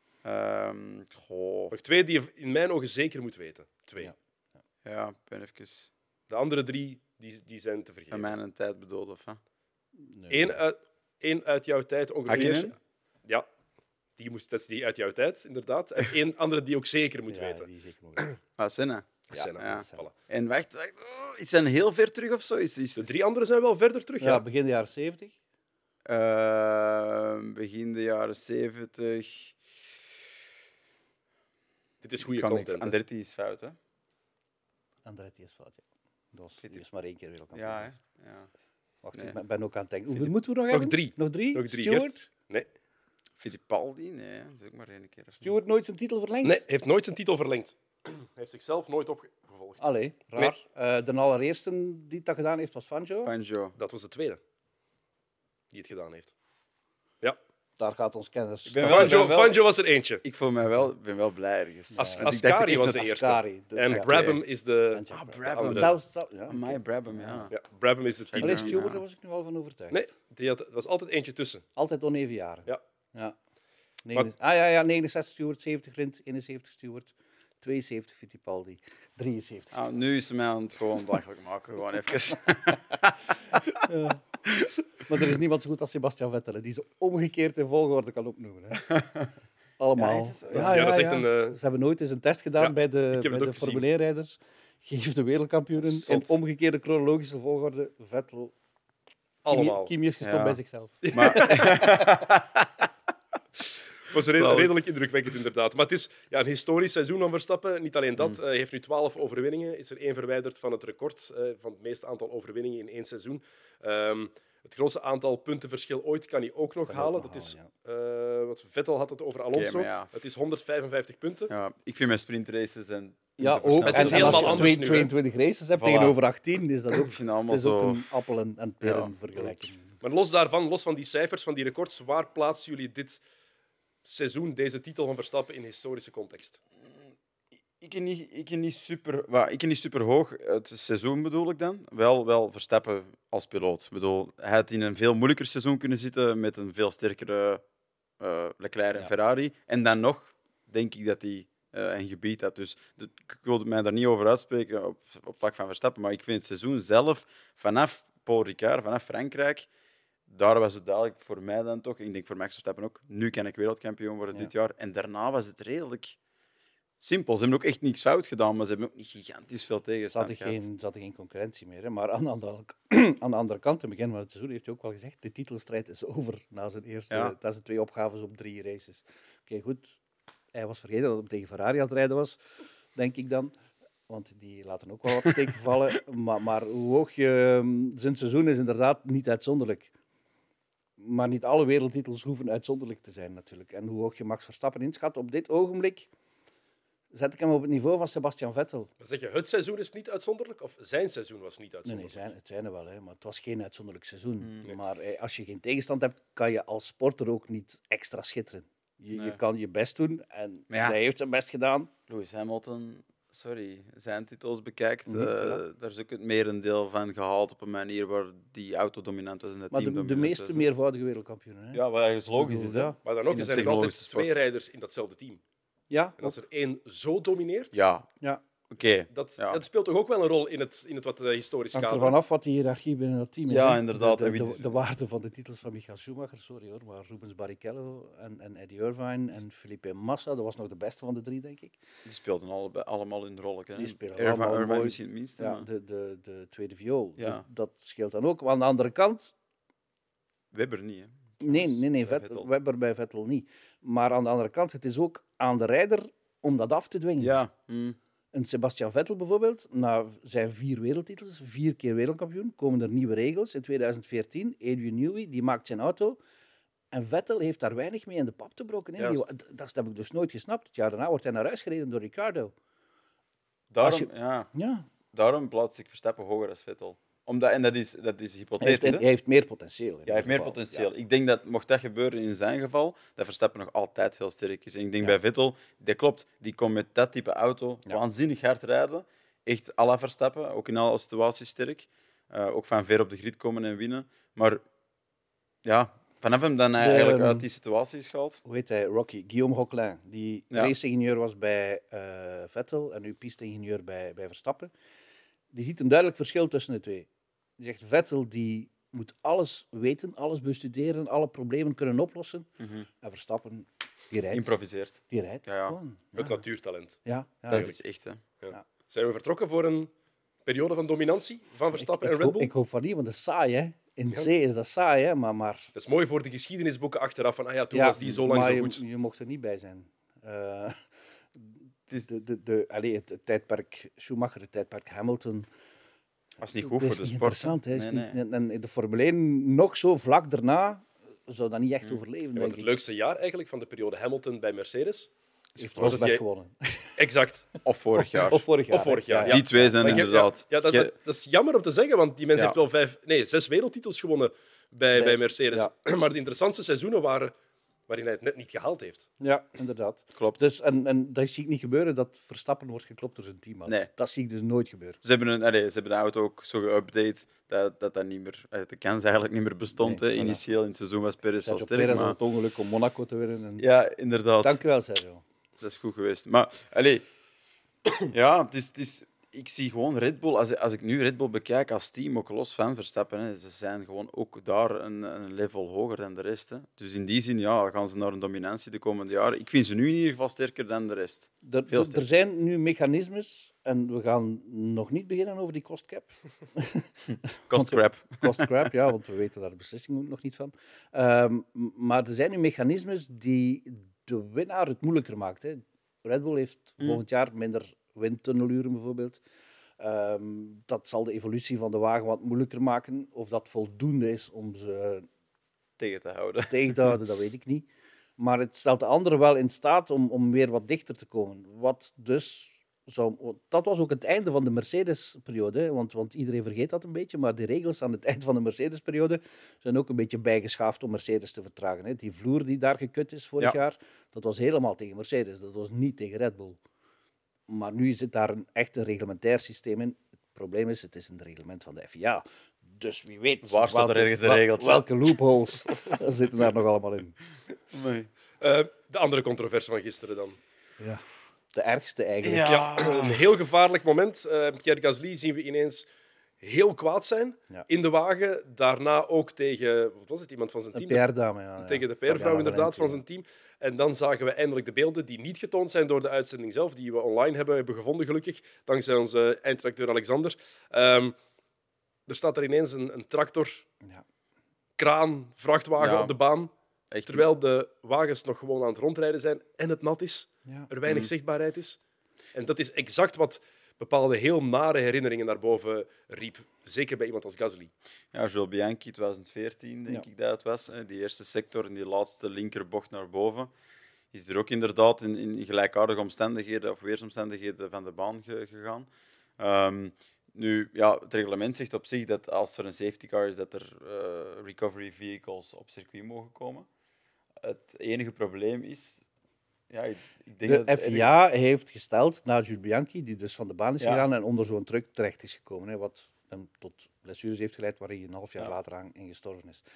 Nog 2 die je in mijn ogen zeker moet weten. 2. Ja. Ja, ik ben even De andere 3 die zijn te van vergeten. mijn tijd bedoeld. Of, hè? Nee. Eén uit jouw tijd ongeveer. Hakkinen? Ja, dat is die uit jouw tijd, inderdaad. En 1 andere die je ook zeker moet Ja, weten. die zeker nog. Ah, Senna. Senna. ja. Voilà. En wacht. Is zijn heel ver terug of zo? De 3 andere zijn wel verder terug. Ja, Ja. begin de jaren 70. Begin de jaren 70. Dit is goede Kan ik- content. hè. Andretti is fout, hè? Andretti is fout, ja. Die is maar 1 keer wereldkampioen. Ja, hè? geweest. Ja. Wacht, Nee. ik ben ook aan het denken. Hoeveel moeten we nog Nog hebben? 3. Nog 3? Nog 3, Stuart? Gert? Nee. Fittipaldi? Nee, dat is ook maar 1 keer. Stuart nooit zijn titel verlengd? Nee, heeft nooit zijn titel verlengd. Heeft zichzelf nooit opgevolgd. Allee, raar. De allereerste die dat gedaan heeft was Fangio. Fangio. Dat was de tweede die het gedaan heeft. Ja. Daar gaat ons kennis. ben wel- Fangio was er eentje. Ik ben wel blij ergens. As- Want ik Ascari dacht echt was dat- de eerste. Ascari. En Ja. Brabham is de... En Jack Brabham. andere. Zelfs, ja. Amai, Brabham, ja. Ja, Brabham is de tiende. Alleen Ja. Stewart, daar was ik nu al van overtuigd. Nee, er was altijd eentje tussen. Altijd oneven jaren. Ja. Ja. Maar- 69 Stewart, 70 Rint, 71 Stewart, 72 Fittipaldi, 73 Ah, nu is ze mij aan het gewoon belachelijk maken. Gewoon even. Maar er is niemand zo goed als Sebastian Vettel, hè, die ze omgekeerd in volgorde kan opnoemen. Hè. Allemaal. Ja, is dat zo? Ja, dat is echt een... Ze hebben nooit eens een test gedaan Ja, bij ik de, heb het bij de ook gezien. Formule 1-rijders. Geef de wereldkampioenen in Zot. omgekeerde chronologische volgorde. Vettel. Allemaal. Kimi is gestopt Ja. bij zichzelf. Het was Zalig. redelijk indrukwekkend, inderdaad. Maar het is een historisch seizoen van Verstappen. Niet alleen dat, hij heeft nu 12 overwinningen. Is er 1 verwijderd van het record van het meeste aantal overwinningen in 1 seizoen. Het grootste aantal puntenverschil ooit kan hij ook nog Kan hij halen. ook nog Dat is, halen, wat Vettel had het over Alonso. Oké, maar ja. Het is 155 punten. Ja, ik vind mijn sprintraces en Ja, ook. Het is En helemaal als je anders nu, hè. 22 races hebt Voilà. tegenover 18, is dat ook, ik vind het allemaal het is ook zo... een appel en peren Ja. vergelijking. Maar los daarvan, los van die cijfers, van die records, waar plaatsen jullie dit seizoen, deze titel van Verstappen in historische context? Ik niet super hoog. Het seizoen bedoel ik dan. Wel Verstappen als piloot. Ik bedoel, hij had in een veel moeilijker seizoen kunnen zitten met een veel sterkere Leclerc en Ja. Ferrari. En dan nog denk ik dat hij een gebied had. Dus ik wilde mij daar niet over uitspreken op vlak van Verstappen. Maar ik vind het seizoen zelf, vanaf Paul Ricard, vanaf Frankrijk, daar was het duidelijk voor mij dan toch. Ik denk voor Max Verstappen ook. Nu kan ik wereldkampioen worden Ja. dit jaar. En daarna was het redelijk simpel. Ze hebben ook echt niks fout gedaan, maar ze hebben ook niet gigantisch veel Er tegenstand zat gehad. geen concurrentie meer. Hè. Maar aan de andere kant, in het begin van het seizoen, heeft hij ook wel gezegd, de titelstrijd is over na zijn eerste, Ja. na zijn 2 opgaves op 3 races. Oké, goed. Hij was vergeten dat hij tegen Ferrari aan het rijden was, denk ik dan. Want die laten ook wel wat steken vallen. Maar hoe hoog je... Zijn seizoen is inderdaad niet uitzonderlijk. Maar niet alle wereldtitels hoeven uitzonderlijk te zijn, natuurlijk. En hoe hoog je Max Verstappen inschat, op dit ogenblik zet ik hem op het niveau van Sebastian Vettel. Maar zeg je, het seizoen is niet uitzonderlijk? Of zijn seizoen was niet Nee, uitzonderlijk? het zijn er wel, hè, maar het was geen uitzonderlijk seizoen. Nee. Maar als je geen tegenstand hebt, kan je als sporter ook niet extra schitteren. Je Nee. kan je best doen en Maar ja. hij heeft zijn best gedaan. Lewis Hamilton, zijn titels bekijkt, Mhm, voilà. daar is ook het merendeel van gehaald op een manier waar die auto dominant was en het Maar team de dominant meeste was. meervoudige wereldkampioenen. Hè? Ja, wat ergens logisch is, hè? Ja. Maar dan ook In een zijn er altijd technologische 2 sport. rijders in datzelfde team. Ja, En als er 1 zo domineert, Ja, ja. oké. dat Ja. speelt toch ook wel een rol in het wat historisch hangt kader. ervan af wat de hiërarchie binnen dat team is. Ja, hè. inderdaad. De, En de, wie- de waarde van de titels van Michael Schumacher, sorry hoor, maar Rubens Barrichello en Eddie Irvine en Felipe Massa, dat was nog de beste van de 3, denk ik. Die speelden allemaal hun rol. Hè? Die spelen Irvine, allemaal mooi. misschien het minste. Ja, maar de tweede viool. Ja. Dus dat scheelt dan ook. Maar aan de andere kant, Webber niet. Hè? nee, Bij Vettel. Webber bij Vettel niet. Maar aan de andere kant, het is ook aan de rijder om dat af te dwingen. Ja, Een Sebastian Vettel bijvoorbeeld, na zijn 4 wereldtitels, 4 keer wereldkampioen, komen er nieuwe regels. In 2014, Adrian Newey, die maakt zijn auto. En Vettel heeft daar weinig mee in de pap te brokken. Hè. Juist. Dat heb ik dus nooit gesnapt. Het jaar daarna wordt hij naar huis gereden door Ricciardo. daarom, Als Ja, daarom plaats ik Verstappen hoger als Vettel. En dat is hij hypothetisch. hè? heeft meer potentieel. in Ja, hij heeft meer ieder geval. potentieel. Ik denk dat, mocht dat gebeuren in zijn geval, dat Verstappen nog altijd heel sterk is. En ik denk Ja. bij Vettel, dat klopt, die komt met dat type auto Ja. waanzinnig hard rijden. Echt à la Verstappen, ook in alle situaties sterk. Ook van ver op de grid komen en winnen. Maar ja, vanaf hem dan hij eigenlijk uit die situatie is gehaald. Hoe heet hij? Rocky. Guillaume Roquelin, die Ja. race-ingenieur was bij Vettel en nu piste-ingenieur bij Verstappen. Die ziet een duidelijk verschil tussen de twee. Die zegt, Vettel die moet alles weten, alles bestuderen, alle problemen kunnen oplossen. En Verstappen, die rijdt. Improviseert. Die rijdt Ja, ja. gewoon. Het natuurtalent. Ja, ja. Dat is echt, hè. Zijn we vertrokken voor een periode van dominantie van Verstappen en Red Bull? Ik hoop van niet, want dat is saai, hè. In C is dat saai, hè. Maar Dat is mooi voor de geschiedenisboeken achteraf. Van, toen ja, was die zo lang maar zo je- goed. Je mocht er niet bij zijn. Het is, Het tijdperk Schumacher, het tijdperk Hamilton. was niet Het goed voor is de niet sport. hè. interessant. Hè. Is Nee, niet- En de Formule 1 nog zo vlak daarna zou dat niet echt overleven, Ja, denk want het ik. leukste jaar eigenlijk van de periode Hamilton bij Mercedes. Heeft was het Rosberg jij- gewonnen. Exact. Of vorig jaar. Of vorig jaar. Of vorig hè. jaar, ja. Die twee zijn Maar ik heb- inderdaad... Ja, Ge- dat is jammer om te zeggen, want die mens Ja. heeft wel 6 wereldtitels gewonnen bij Mercedes. Maar de interessantste seizoenen waren waarin hij het net niet gehaald heeft. Ja, inderdaad. Klopt. Dus, en dat zie ik niet gebeuren, dat Verstappen wordt geklopt door zijn team. Nee. Dat zie ik dus nooit gebeuren. Ze hebben de auto ook zo geüpdate dat niet meer... De kans eigenlijk niet meer bestond. Nee, hè. voilà. Initieel in het seizoen was Perez wel Sergio sterk, Perez had maar... het ongeluk om Monaco te winnen. En... Ja, inderdaad. Dank u wel, Sergio. Dat is goed geweest. Maar, ja, het is, ik zie gewoon Red Bull... Als ik nu Red Bull bekijk als team, ook los van Verstappen, hè, ze zijn gewoon ook daar een level hoger dan de rest. Hè. Dus in die zin ja, gaan ze naar een dominantie de komende jaren. Ik vind ze nu in ieder geval sterker dan de rest. Veel Er sterker. zijn nu mechanismes, en we gaan nog niet beginnen over die cost cap. Cost crap. Cost crap, ja, want we weten daar de beslissing ook nog niet van. Maar er zijn nu mechanismes die de winnaar het moeilijker maakt. Hè. Red Bull heeft volgend jaar minder windtunneluren bijvoorbeeld. Dat zal de evolutie van de wagen wat moeilijker maken. Of dat voldoende is om ze Tegen te houden. tegen te houden, dat weet ik niet. Maar het stelt de anderen wel in staat om weer wat dichter te komen. Dat was ook het einde van de Mercedes-periode. Hè, want iedereen vergeet dat een beetje. Maar de regels aan het eind van de Mercedes-periode zijn ook een beetje bijgeschaafd om Mercedes te vertragen. Hè. Die vloer die daar gekut is vorig jaar, dat was helemaal tegen Mercedes. Dat was niet tegen Red Bull. Maar nu zit daar echt een reglementair systeem in. Het probleem is, het is een reglement van de FIA. Dus wie weet Waar staat er ergens een regeltje? welke loopholes zitten daar nog allemaal in. Nee. De andere controverse van gisteren dan. Ja, de ergste eigenlijk. Ja, een heel gevaarlijk moment. Pierre Gasly zien we ineens heel kwaad zijn in de wagen. Daarna ook tegen, wat was het, iemand van zijn Een team? PR-dame, ja. Tegen de PR-vrouw inderdaad van zijn team. En dan zagen we eindelijk de beelden die niet getoond zijn door de uitzending zelf, die we online hebben gevonden gelukkig, dankzij onze eindredacteur Alexander. Er staat er ineens een tractor, kraan, vrachtwagen op de baan. Echt. Terwijl de wagens nog gewoon aan het rondrijden zijn en het nat is, er weinig zichtbaarheid is. En dat is exact wat bepaalde heel nare herinneringen naar boven riep. Zeker bij iemand als Gasly. Ja, Jules Bianchi, 2014 denk ik dat het was. Hè. Die eerste sector in die laatste linkerbocht naar boven. Is er ook inderdaad in gelijkaardige omstandigheden of weersomstandigheden van de baan gegaan. Nu, ja, het reglement zegt op zich dat als er een safety car is, dat er recovery vehicles op circuit mogen komen. Het enige probleem is... Ja, ik denk De FIA heeft gesteld naar Jules Bianchi, die dus van de baan is gegaan en onder zo'n truck terecht is gekomen. Hè, wat hem tot blessures heeft geleid, waar hij een half jaar later aan gestorven is.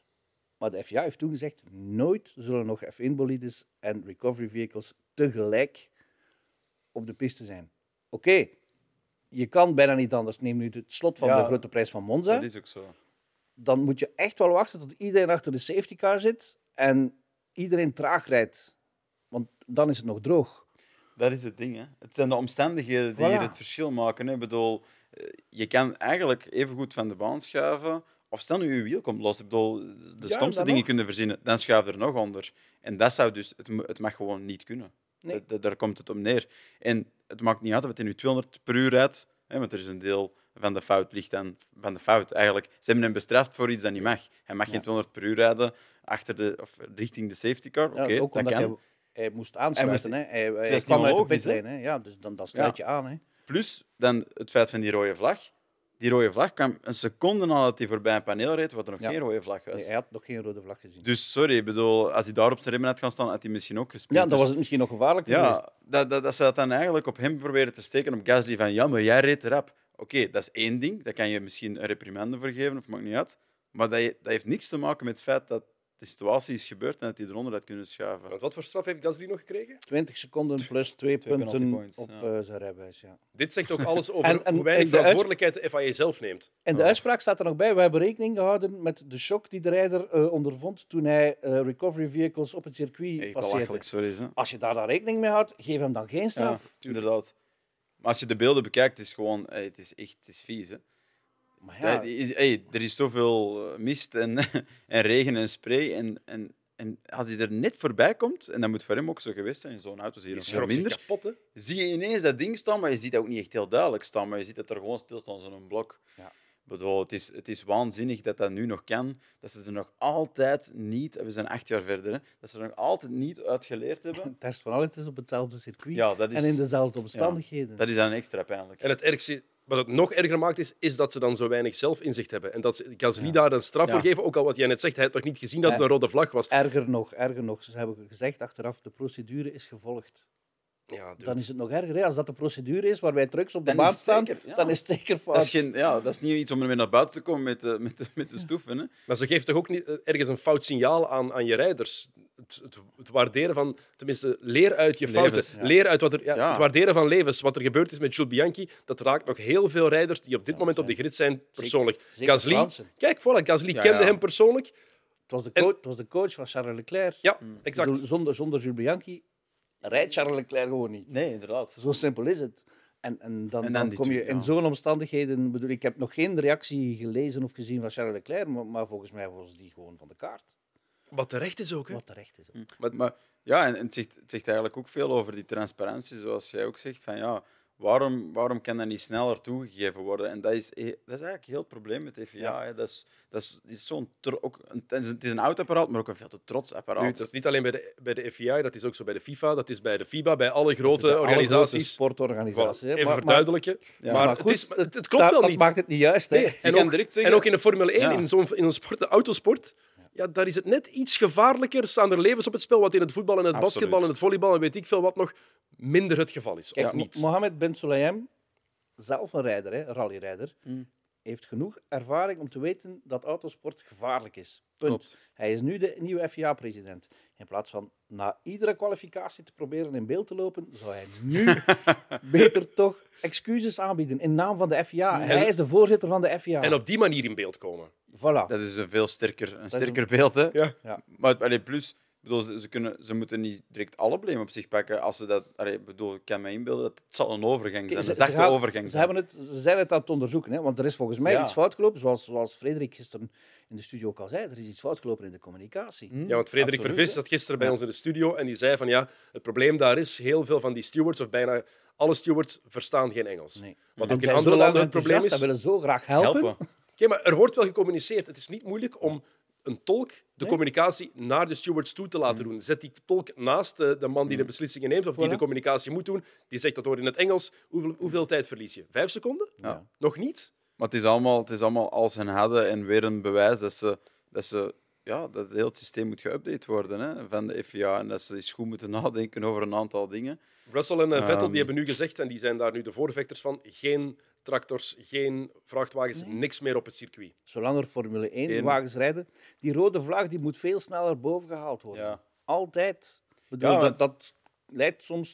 Maar de FIA heeft toen gezegd, nooit zullen nog F1-bolides en recovery vehicles tegelijk op de piste zijn. Oké, je kan bijna niet anders. Neem nu het slot van de Grote Prijs van Monza. Dat is ook zo. Dan moet je echt wel wachten tot iedereen achter de safety car zit en iedereen traag rijdt. Want dan is het nog droog. Dat is het ding. Hè. Het zijn de omstandigheden die hier het verschil maken. Hè. Ik bedoel, je kan eigenlijk even goed van de baan schuiven. Of stel nu je wiel komt los. Ik bedoel, de stomste dingen kunnen verzinnen. Dan schuif er nog onder. En dat zou dus... Het mag gewoon niet kunnen. Nee. Daar komt het op neer. En het maakt niet uit of het in nu 200 per uur rijdt. Hè, want er is een deel van de fout ligt dan van de fout. Eigenlijk, ze hebben hem bestraft voor iets dat niet mag. Hij mag geen 200 per uur rijden richting de safety car. Oké, ook dat omdat kan. Hij moest aansluiten. Hij is kwam niet uit de logisch, pitlane. Hè? Ja, dus dan sluit je aan. Hè? Plus dan het feit van die rode vlag. Die rode vlag kwam een seconde nadat hij voorbij een paneel reed, wat er nog geen rode vlag was. Nee, hij had nog geen rode vlag gezien. Dus sorry, ik bedoel, als hij daar op zijn remmen had gaan staan, had hij misschien ook gespeeld. Ja, dan was het misschien nog gevaarlijk geweest. Ja, dat ze dat dan eigenlijk op hem proberen te steken, op Gasly, van ja, maar jij reed erop. Oké, dat is één ding, daar kan je misschien een reprimande voor geven, of maakt niet uit. Maar dat heeft niks te maken met het feit dat de situatie is gebeurd en dat hij eronder had kunnen schuiven. Want wat voor straf heeft Gasly nog gekregen? 20 seconden plus 2 punten points, op zijn rijbewijs. Ja. Dit zegt ook alles over En hoe weinig de verantwoordelijkheid de FIA zelf neemt. En de uitspraak staat er nog bij. We hebben rekening gehouden met de shock die de rijder ondervond toen hij recovery vehicles op het circuit passeerde. Sorry. Hè. Als je daar dan rekening mee houdt, geef hem dan geen straf. Ja, inderdaad. Maar als je de beelden bekijkt, het is gewoon... Het is echt vies, hè. Maar ja, Er is zoveel mist en regen en spray. En als hij er net voorbij komt, en dat moet voor hem ook zo geweest zijn, in zo'n auto zie je Die nog veel schrok zich minder, kapot, hè? zie je ineens dat ding staan, maar je ziet dat ook niet echt heel duidelijk staan. Maar je ziet dat er gewoon stilstaat, zo'n blok. Ja. Ik bedoel, het is waanzinnig dat dat nu nog kan. Dat ze er nog altijd niet... We zijn 8 jaar verder, hè, dat ze er nog altijd niet uit geleerd hebben. het test van alles is op hetzelfde circuit Ja, dat is, en in dezelfde omstandigheden. dat is dan extra pijnlijk. En het ergste, wat het nog erger maakt, is dat ze dan zo weinig zelfinzicht hebben. En dat ze Gasly daar een straf voor geven, ook al wat jij net zegt, hij had toch niet gezien dat het een rode vlag was. Erger nog. Ze hebben gezegd achteraf, de procedure is gevolgd. Ja, dude. Dan is het nog erger. Hè? Als dat de procedure is waarbij trucks op de Dan is baan het staan, zeker, ja. dan is het zeker fout. Dat is niet iets om ermee naar buiten te komen met de stoeven. Hè. Maar ze geeft toch ook niet ergens een fout signaal aan je rijders? Het waarderen van... Tenminste, leer uit je fouten. Levens, ja. Leer uit wat er... Ja, het waarderen van levens. Wat er gebeurd is met Jules Bianchi, dat raakt nog heel veel rijders die op dit moment op de grid zijn, persoonlijk. zeker Gasly... Fransen. Kijk, voilà, Gasly kende hem persoonlijk. Het was de coach van Charles Leclerc. Ja, Ik exact. bedoel, zonder Jules Bianchi rijdt Charles Leclerc gewoon niet. Nee, inderdaad. Zo simpel is het. En dan die kom je twee, in zo'n omstandigheden... Bedoel, ik heb nog geen reactie gelezen of gezien van Charles Leclerc, maar volgens mij was die gewoon van de kaart. Wat terecht is ook, hè? Wat terecht is. Maar ja, en het zegt eigenlijk ook veel over die transparantie, zoals jij ook zegt. Van, ja, waarom kan dat niet sneller toegegeven worden? En dat is eigenlijk heel het probleem met de FIA. Ja. Hè. Dat is zo'n het is een oud apparaat, maar ook een veel te trots apparaat. Nu, dat is niet alleen bij de FIA, dat is ook zo bij de FIFA, dat is bij de FIBA, bij alle grote Bij alle organisaties. grote sportorganisaties. hè. Even verduidelijken. Ja. Maar goed, het klopt wel dat niet. maakt het niet juist. Hè. Nee, Je kan direct zeggen... En ook in de Formule 1, Ja. in een sport, de autosport, ja, daar is het net iets gevaarlijker. Staan er levens op het spel, wat in het voetbal en het Absoluut. basketbal en het volleybal en weet ik veel wat nog minder het geval is. Kijk, Of niet. Mohammed Ben Sulayem, zelf een rijder, hè, een rallyrijder, heeft genoeg ervaring om te weten dat autosport gevaarlijk is. Punt. Klopt. Hij is nu de nieuwe FIA-president. In plaats van na iedere kwalificatie te proberen in beeld te lopen, zou hij nu beter toch excuses aanbieden in naam van de FIA. Hij is de voorzitter van de FIA. En op die manier in beeld komen. Voilà. Dat is een veel sterker beeld. Hè? Ja. Ja. Maar plus, ik bedoel, ze moeten niet direct alle blame op zich pakken. Als ze dat, ik bedoel, ik kan me inbeelden dat het zal een overgang zijn, een zachte overgang zijn. Ze zijn het aan het onderzoeken, hè, want er is volgens mij Ja. iets fout gelopen, zoals Frederik gisteren in de studio ook al zei. Er is iets fout gelopen in de communicatie. Ja, want Frederik Absoluut, Vervis hè. zat gisteren bij ons in de studio en die zei van ja, het probleem daar is, heel veel van die stewards, of bijna alle stewards, verstaan geen Engels. Nee. Wat En ook in zij andere zo landen het probleem enthousiast en is. willen zo graag helpen. Oké, maar er wordt wel gecommuniceerd. Het is niet moeilijk om een tolk de Nee. communicatie naar de stewards toe te laten doen. Zet die tolk naast de man die de beslissingen neemt of die Voilà. de communicatie moet doen. Die zegt dat hoort in het Engels. Hoeveel tijd verlies je? 5 seconden? Ja. Nog niet? Maar het is allemaal als en hadden en weer een bewijs dat heel het systeem moet geüpdate worden, hè, van de FIA. En dat ze eens goed moeten nadenken over een aantal dingen. Russell en Vettel die hebben nu gezegd, en die zijn daar nu de voorvechters van, geen tractors, geen vrachtwagens, niks meer op het circuit. Zolang er Formule 1 wagens rijden, die rode vlag die moet veel sneller boven gehaald worden. Ja. Altijd. Ik bedoel, Ja, want- dat leidt soms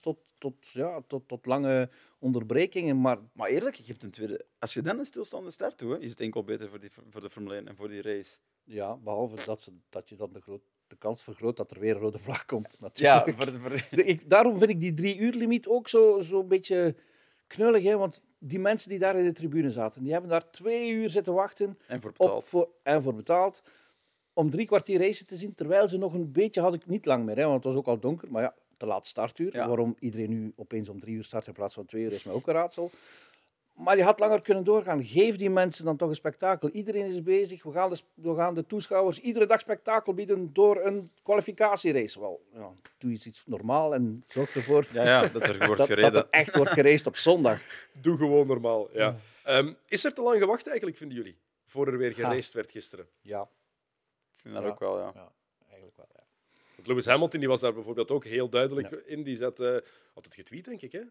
tot lange onderbrekingen, maar Maar eerlijk, je hebt een tweede... Als je dan een stilstaande start doet, is het enkel beter voor de Formule 1 en voor die race. ja, behalve dat je dan de kans vergroot dat er weer een rode vlag komt. Ja, Natuurlijk. Daarom vind ik die 3 uur limiet ook zo'n beetje knullig, hè? Want die mensen die daar in de tribune zaten, die hebben daar 2 uur zitten wachten en voor betaald. voor betaald om 3 kwartier racen te zien, terwijl ze nog een beetje hadden, niet lang meer, hè? Want het was ook al donker, maar ja, te laat startuur. Ja. Waarom iedereen nu opeens om 3 uur start in plaats van 2 uur is mij ook een raadsel. Maar je had langer kunnen doorgaan. Geef die mensen dan toch een spektakel. Iedereen is bezig. We gaan de toeschouwers iedere dag spektakel bieden door een kwalificatierace. Wel, ja, doe iets normaal en zorg ervoor Ja, dat er wordt dat gereden. er echt wordt geraced op zondag. Doe gewoon normaal. Ja. Is er te lang gewacht eigenlijk, vinden jullie? Voor er weer geraced werd gisteren. Ja, Ik vind dat Ja. ook wel, ja. eigenlijk wel. Ja. Want Lewis Hamilton die was daar bijvoorbeeld ook heel duidelijk in. Die had het getweet, denk ik. Hè?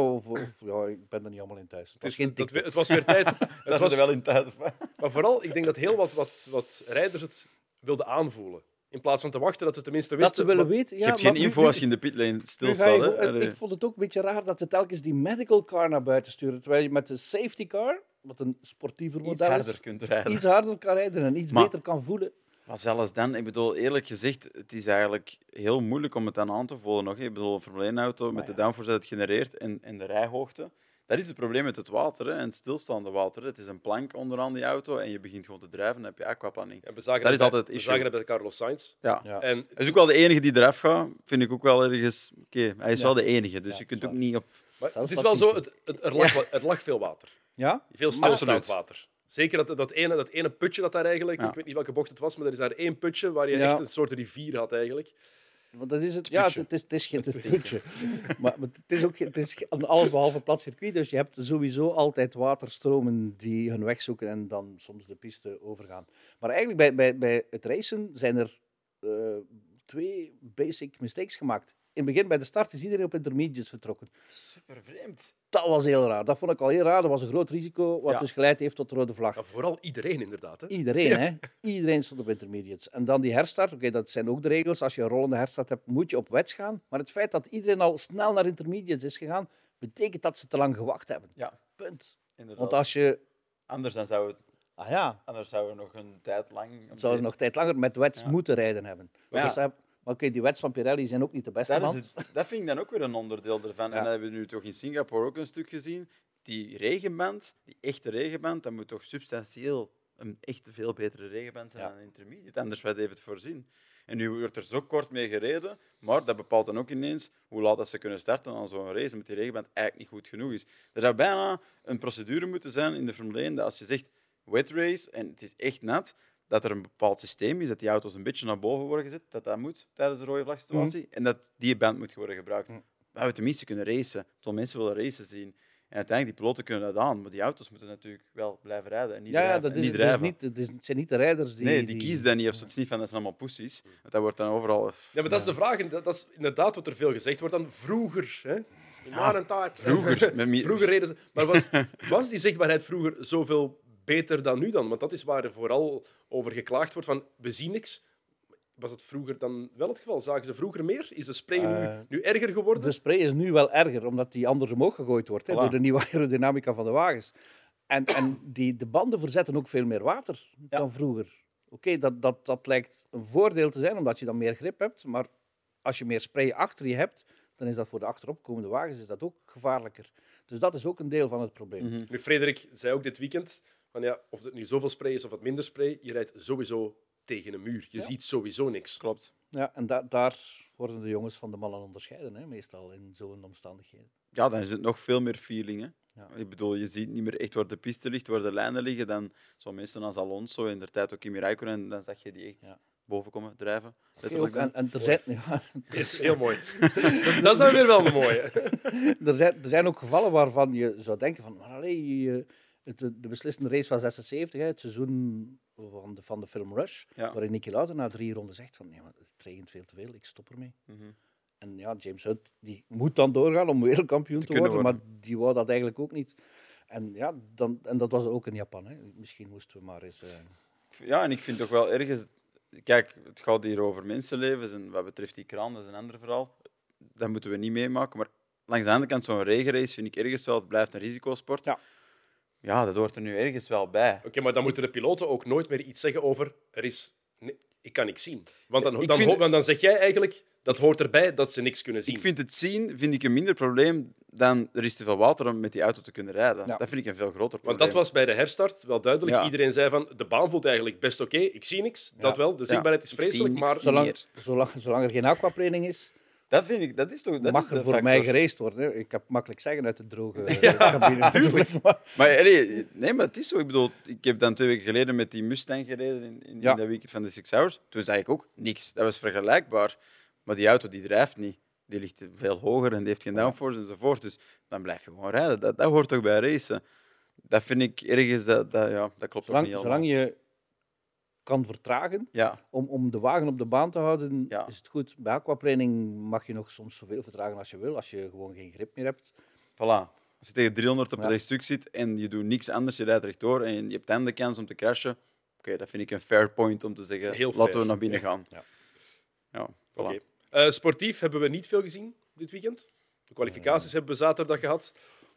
Ja, ik ben er niet allemaal in thuis. Het Het, was geen TikTok. het was weer tijd. Dat Het is was, er wel in tijd. maar vooral, ik denk dat heel wat rijders het wilden aanvoelen. In plaats van te wachten dat ze tenminste wisten. Dat ze willen wat- weten. Je Ja, hebt geen maar info nu- als je in de pitlane nu ga stilstaat. je Hè? gewoon- Allee. ik vond het ook een beetje raar dat ze telkens die medical car naar buiten sturen. Terwijl je met de safety car, wat een sportiever Iets model harder is, kunt rijden. iets harder kan rijden en iets Maar- beter kan voelen. Maar zelfs dan, ik bedoel, eerlijk gezegd, het is eigenlijk heel moeilijk om het dan aan te voelen. Nog. Ik bedoel, een Formule 1-auto met de downforce dat het genereert en de rijhoogte. Dat is het probleem met het water hè, en het stilstaande water. Hè. Het is een plank onderaan die auto en je begint gewoon te drijven en dan heb je aquapanning. En we zagen Dat het is bij- altijd het we issue. zagen het bij Carlos Sainz. Ja. Ja. En Hij is ook wel de enige die eraf gaat, vind ik ook wel ergens... Oké, hij is wel de enige, dus Ja, je kunt dat ook is niet op... maar Zelfs het is wel zo, Latifi. er lag veel water. Ja? Veel stilstaand Absoluut. water. Zeker dat ene putje dat daar eigenlijk... Ja. Ik weet niet welke bocht het was, maar er is daar één putje waar je Ja. echt een soort rivier had eigenlijk. Want dat is het. Ja, putje. het is geen putje. Maar het is ook het is een allesbehalve plat circuit, dus je hebt sowieso altijd waterstromen die hun weg zoeken en dan soms de piste overgaan. Maar eigenlijk bij het racen zijn er 2 basic mistakes gemaakt. In het begin, bij de start, is iedereen op intermediates vertrokken. Super vreemd. Dat was heel raar. Dat vond ik al heel raar. Dat was een groot risico, wat Ja. dus geleid heeft tot de rode vlag. Ja, vooral iedereen, inderdaad. Hè. Iedereen, hè? Iedereen stond op intermediates. En dan die herstart, oké, dat zijn ook de regels. Als je een rollende herstart hebt, moet je op wets gaan. Maar het feit dat iedereen al snel naar intermediates is gegaan, betekent dat ze te lang gewacht hebben. Ja, Punt. inderdaad. Want als je... Anders zou we nog een tijd lang... Zouden ze nog tijd langer met wets Ja. moeten rijden hebben. Maar Want ja. maar oké, die wets van Pirelli zijn ook niet de beste Dat, man. dat vind ik dan ook weer een onderdeel ervan. Ja. En dat hebben we nu toch in Singapore ook een stuk gezien. Die regenband, die echte regenband, dat moet toch substantieel een echt veel betere regenband zijn Ja. dan een intermediate. Anders wij het even voorzien. En nu wordt er zo kort mee gereden, maar dat bepaalt dan ook ineens hoe laat dat ze kunnen starten aan zo'n race, omdat die regenband eigenlijk niet goed genoeg is. Er zou bijna een procedure moeten zijn in de Formule 1 dat als je zegt wet race en het is echt nat, dat er een bepaald systeem is, dat die auto's een beetje naar boven worden gezet, dat moet tijdens de rode vlagsituatie, en dat die band moet worden gebruikt. Dat we tenminste kunnen racen. Veel mensen willen racen zien. En uiteindelijk, die piloten kunnen dat aan, maar die auto's moeten natuurlijk wel blijven rijden en niet drijven. dat en is, niet het, is drijven. niet, het zijn niet de rijders die... Nee, die kiezen dat niet. Of het is niet van dat zijn allemaal pussies. Want dat wordt dan overal... Ja, maar dat is de vraag. En dat is inderdaad wat er veel gezegd wordt. Dan vroeger, hè? Na een tijd. Vroeger. Vroeger reden ze... Maar was die zichtbaarheid vroeger zoveel beter dan nu dan? Want dat is waar er vooral over geklaagd wordt van we zien niks. Was het vroeger dan wel het geval? Zagen ze vroeger meer? Is de spray nu erger geworden? De spray is nu wel erger, omdat die anders omhoog gegooid wordt, hè, Voilà. door de nieuwe aerodynamica van de wagens. En de banden verzetten ook veel meer water dan vroeger. Oké, dat lijkt een voordeel te zijn, omdat je dan meer grip hebt. Maar als je meer spray achter je hebt, dan is dat voor de achteropkomende wagens is dat ook gevaarlijker. Dus dat is ook een deel van het probleem. Nu, Frederik zei ook dit weekend, van ja, of het nu zoveel spray is of wat minder spray, je rijdt sowieso tegen een muur. Je ziet sowieso niks. Klopt. Ja, en daar worden de jongens van de mannen onderscheiden, hè, meestal in zo'n omstandigheden. Ja, dan is het nog veel meer feeling. Hè. Ja. Ik bedoel, je ziet niet meer echt waar de piste ligt, waar de lijnen liggen. Dan zo'n mensen als Alonso, in de tijd ook Kimi Räikkönen, dan zag je die echt boven komen drijven. Ook, en er zijn, Dat is heel mooi. Dat is dan weer wel een mooie. er zijn ook gevallen waarvan je zou denken van, maar allee, de beslissende race van 76, hè, het seizoen van de film Rush, waarin Niki Lauda na 3 ronden zegt van, nee, maar het regent veel te veel, ik stop ermee. En ja, James Hunt die moet dan doorgaan om wereldkampioen te worden, maar die wou dat eigenlijk ook niet. En ja, en dat was ook in Japan. Hè. Misschien moesten we maar eens... Ja, en ik vind toch wel ergens... Kijk, het gaat hier over mensenlevens en wat betreft die kraan, dat is een ander verhaal. Dat moeten we niet meemaken, maar langs de andere kant, zo'n regenrace vind ik ergens wel, het blijft een risicosport. Ja, dat hoort er nu ergens wel bij. Oké, maar dan moeten de piloten ook nooit meer iets zeggen over ik kan niks zien. Want dan zeg jij eigenlijk, dat hoort erbij dat ze niks kunnen zien. Ik vind het zien een minder probleem dan er is te veel water om met die auto te kunnen rijden. Ja. Dat vind ik een veel groter probleem. Want dat was bij de herstart wel duidelijk. Ja. Iedereen zei van, de baan voelt eigenlijk best oké. Ik zie niks, dat wel. De zichtbaarheid is Ik zie vreselijk, niks. maar... Zolang er geen aquatraining is, Dat vind ik, dat is toch... Dat mag is er de voor factor. mij geraced worden. Hè. Ik heb makkelijk zeggen uit de droge cabine. Natuurlijk. Maar, nee, maar het is zo. Ik bedoel, ik heb dan 2 weken geleden met die Mustang gereden in dat weekend van de 6 Hours. Toen zag ik ook niks. Dat was vergelijkbaar. Maar die auto die drijft niet. Die ligt veel hoger en die heeft geen downforce enzovoort. Dus dan blijf je gewoon rijden. Dat hoort toch bij racen. Dat vind ik ergens... Dat klopt ook niet allemaal. Zolang je kan vertragen om de wagen op de baan te houden, is het goed. Bij aquaplaning mag je nog soms zoveel vertragen als je wil, als je gewoon geen grip meer hebt. Voilà. Als je tegen 300 op een rechtstuk zit en je doet niks anders, je rijdt rechtdoor en je hebt dan de kans om te crashen, oké, dat vind ik een fair point om te zeggen, Heel laten fair. we naar binnen gaan. Ja. Voilà. Oké. Sportief hebben we niet veel gezien dit weekend. De kwalificaties hebben we zaterdag gehad.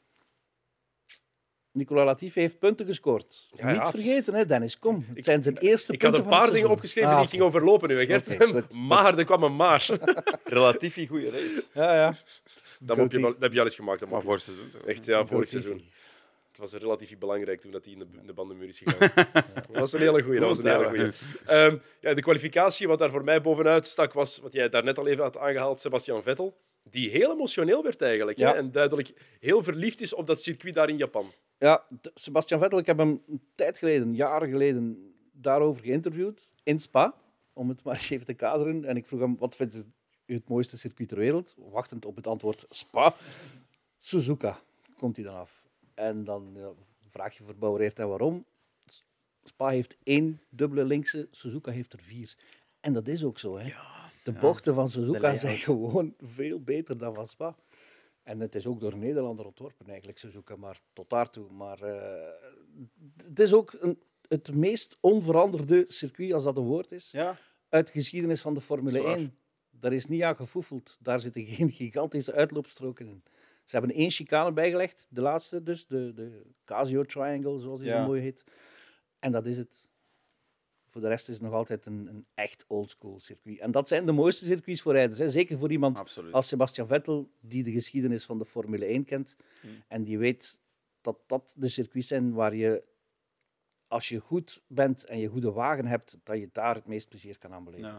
Nicolas Latifi heeft punten gescoord. Ja, Niet vergeten, hè, Dennis. Kom, het zijn zijn eerste Ik had punten een van paar het dingen seizoen. opgeschreven die ik ging overlopen nu, hè, Gert. Oké, goed. Maar, er kwam een maar. Relatief een goede race. Ja. Dat heb je al eens gemaakt. Dat Maar mag voor het seizoen. Toch? echt, ja, vorig Latifi. seizoen. Het was relatief belangrijk toen dat hij in de bandenmuur is gegaan. Dat was een hele goeie. De kwalificatie, wat daar voor mij bovenuit stak, was wat jij daarnet al even had aangehaald, Sebastian Vettel. Die heel emotioneel werd eigenlijk. Ja. Hè, en duidelijk heel verliefd is op dat circuit daar in Japan. Ja, Sebastian Vettel, ik heb hem een tijd geleden, jaren geleden, daarover geïnterviewd in Spa, om het maar eens even te kaderen. En ik vroeg hem, wat vindt u het mooiste circuit ter wereld? Wachtend op het antwoord Spa. Suzuka, komt hij dan af. En dan vraag je verbouwereerd en waarom. Spa heeft 1 dubbele linkse, Suzuka heeft er 4. En dat is ook zo. Hè? De bochten van Suzuka zijn gewoon veel beter dan van Spa. En het is ook door een Nederlander ontworpen, eigenlijk, Suzuka, maar tot daartoe. Maar het is ook het meest onveranderde circuit, als dat een woord is, uit de geschiedenis van de Formule 1. Daar is niet aan gefoefeld. Daar zitten geen gigantische uitloopstroken in. Ze hebben 1 chicane bijgelegd, de laatste dus, de Casio Triangle, zoals die zo mooi heet. En dat is het. Voor de rest is het nog altijd een echt oldschool circuit. En dat zijn de mooiste circuits voor rijders. Hè. Zeker voor iemand als Sebastian Vettel, die de geschiedenis van de Formule 1 kent. En die weet dat dat de circuits zijn waar je, als je goed bent en je goede wagen hebt, dat je daar het meest plezier kan aan beleven. Ja.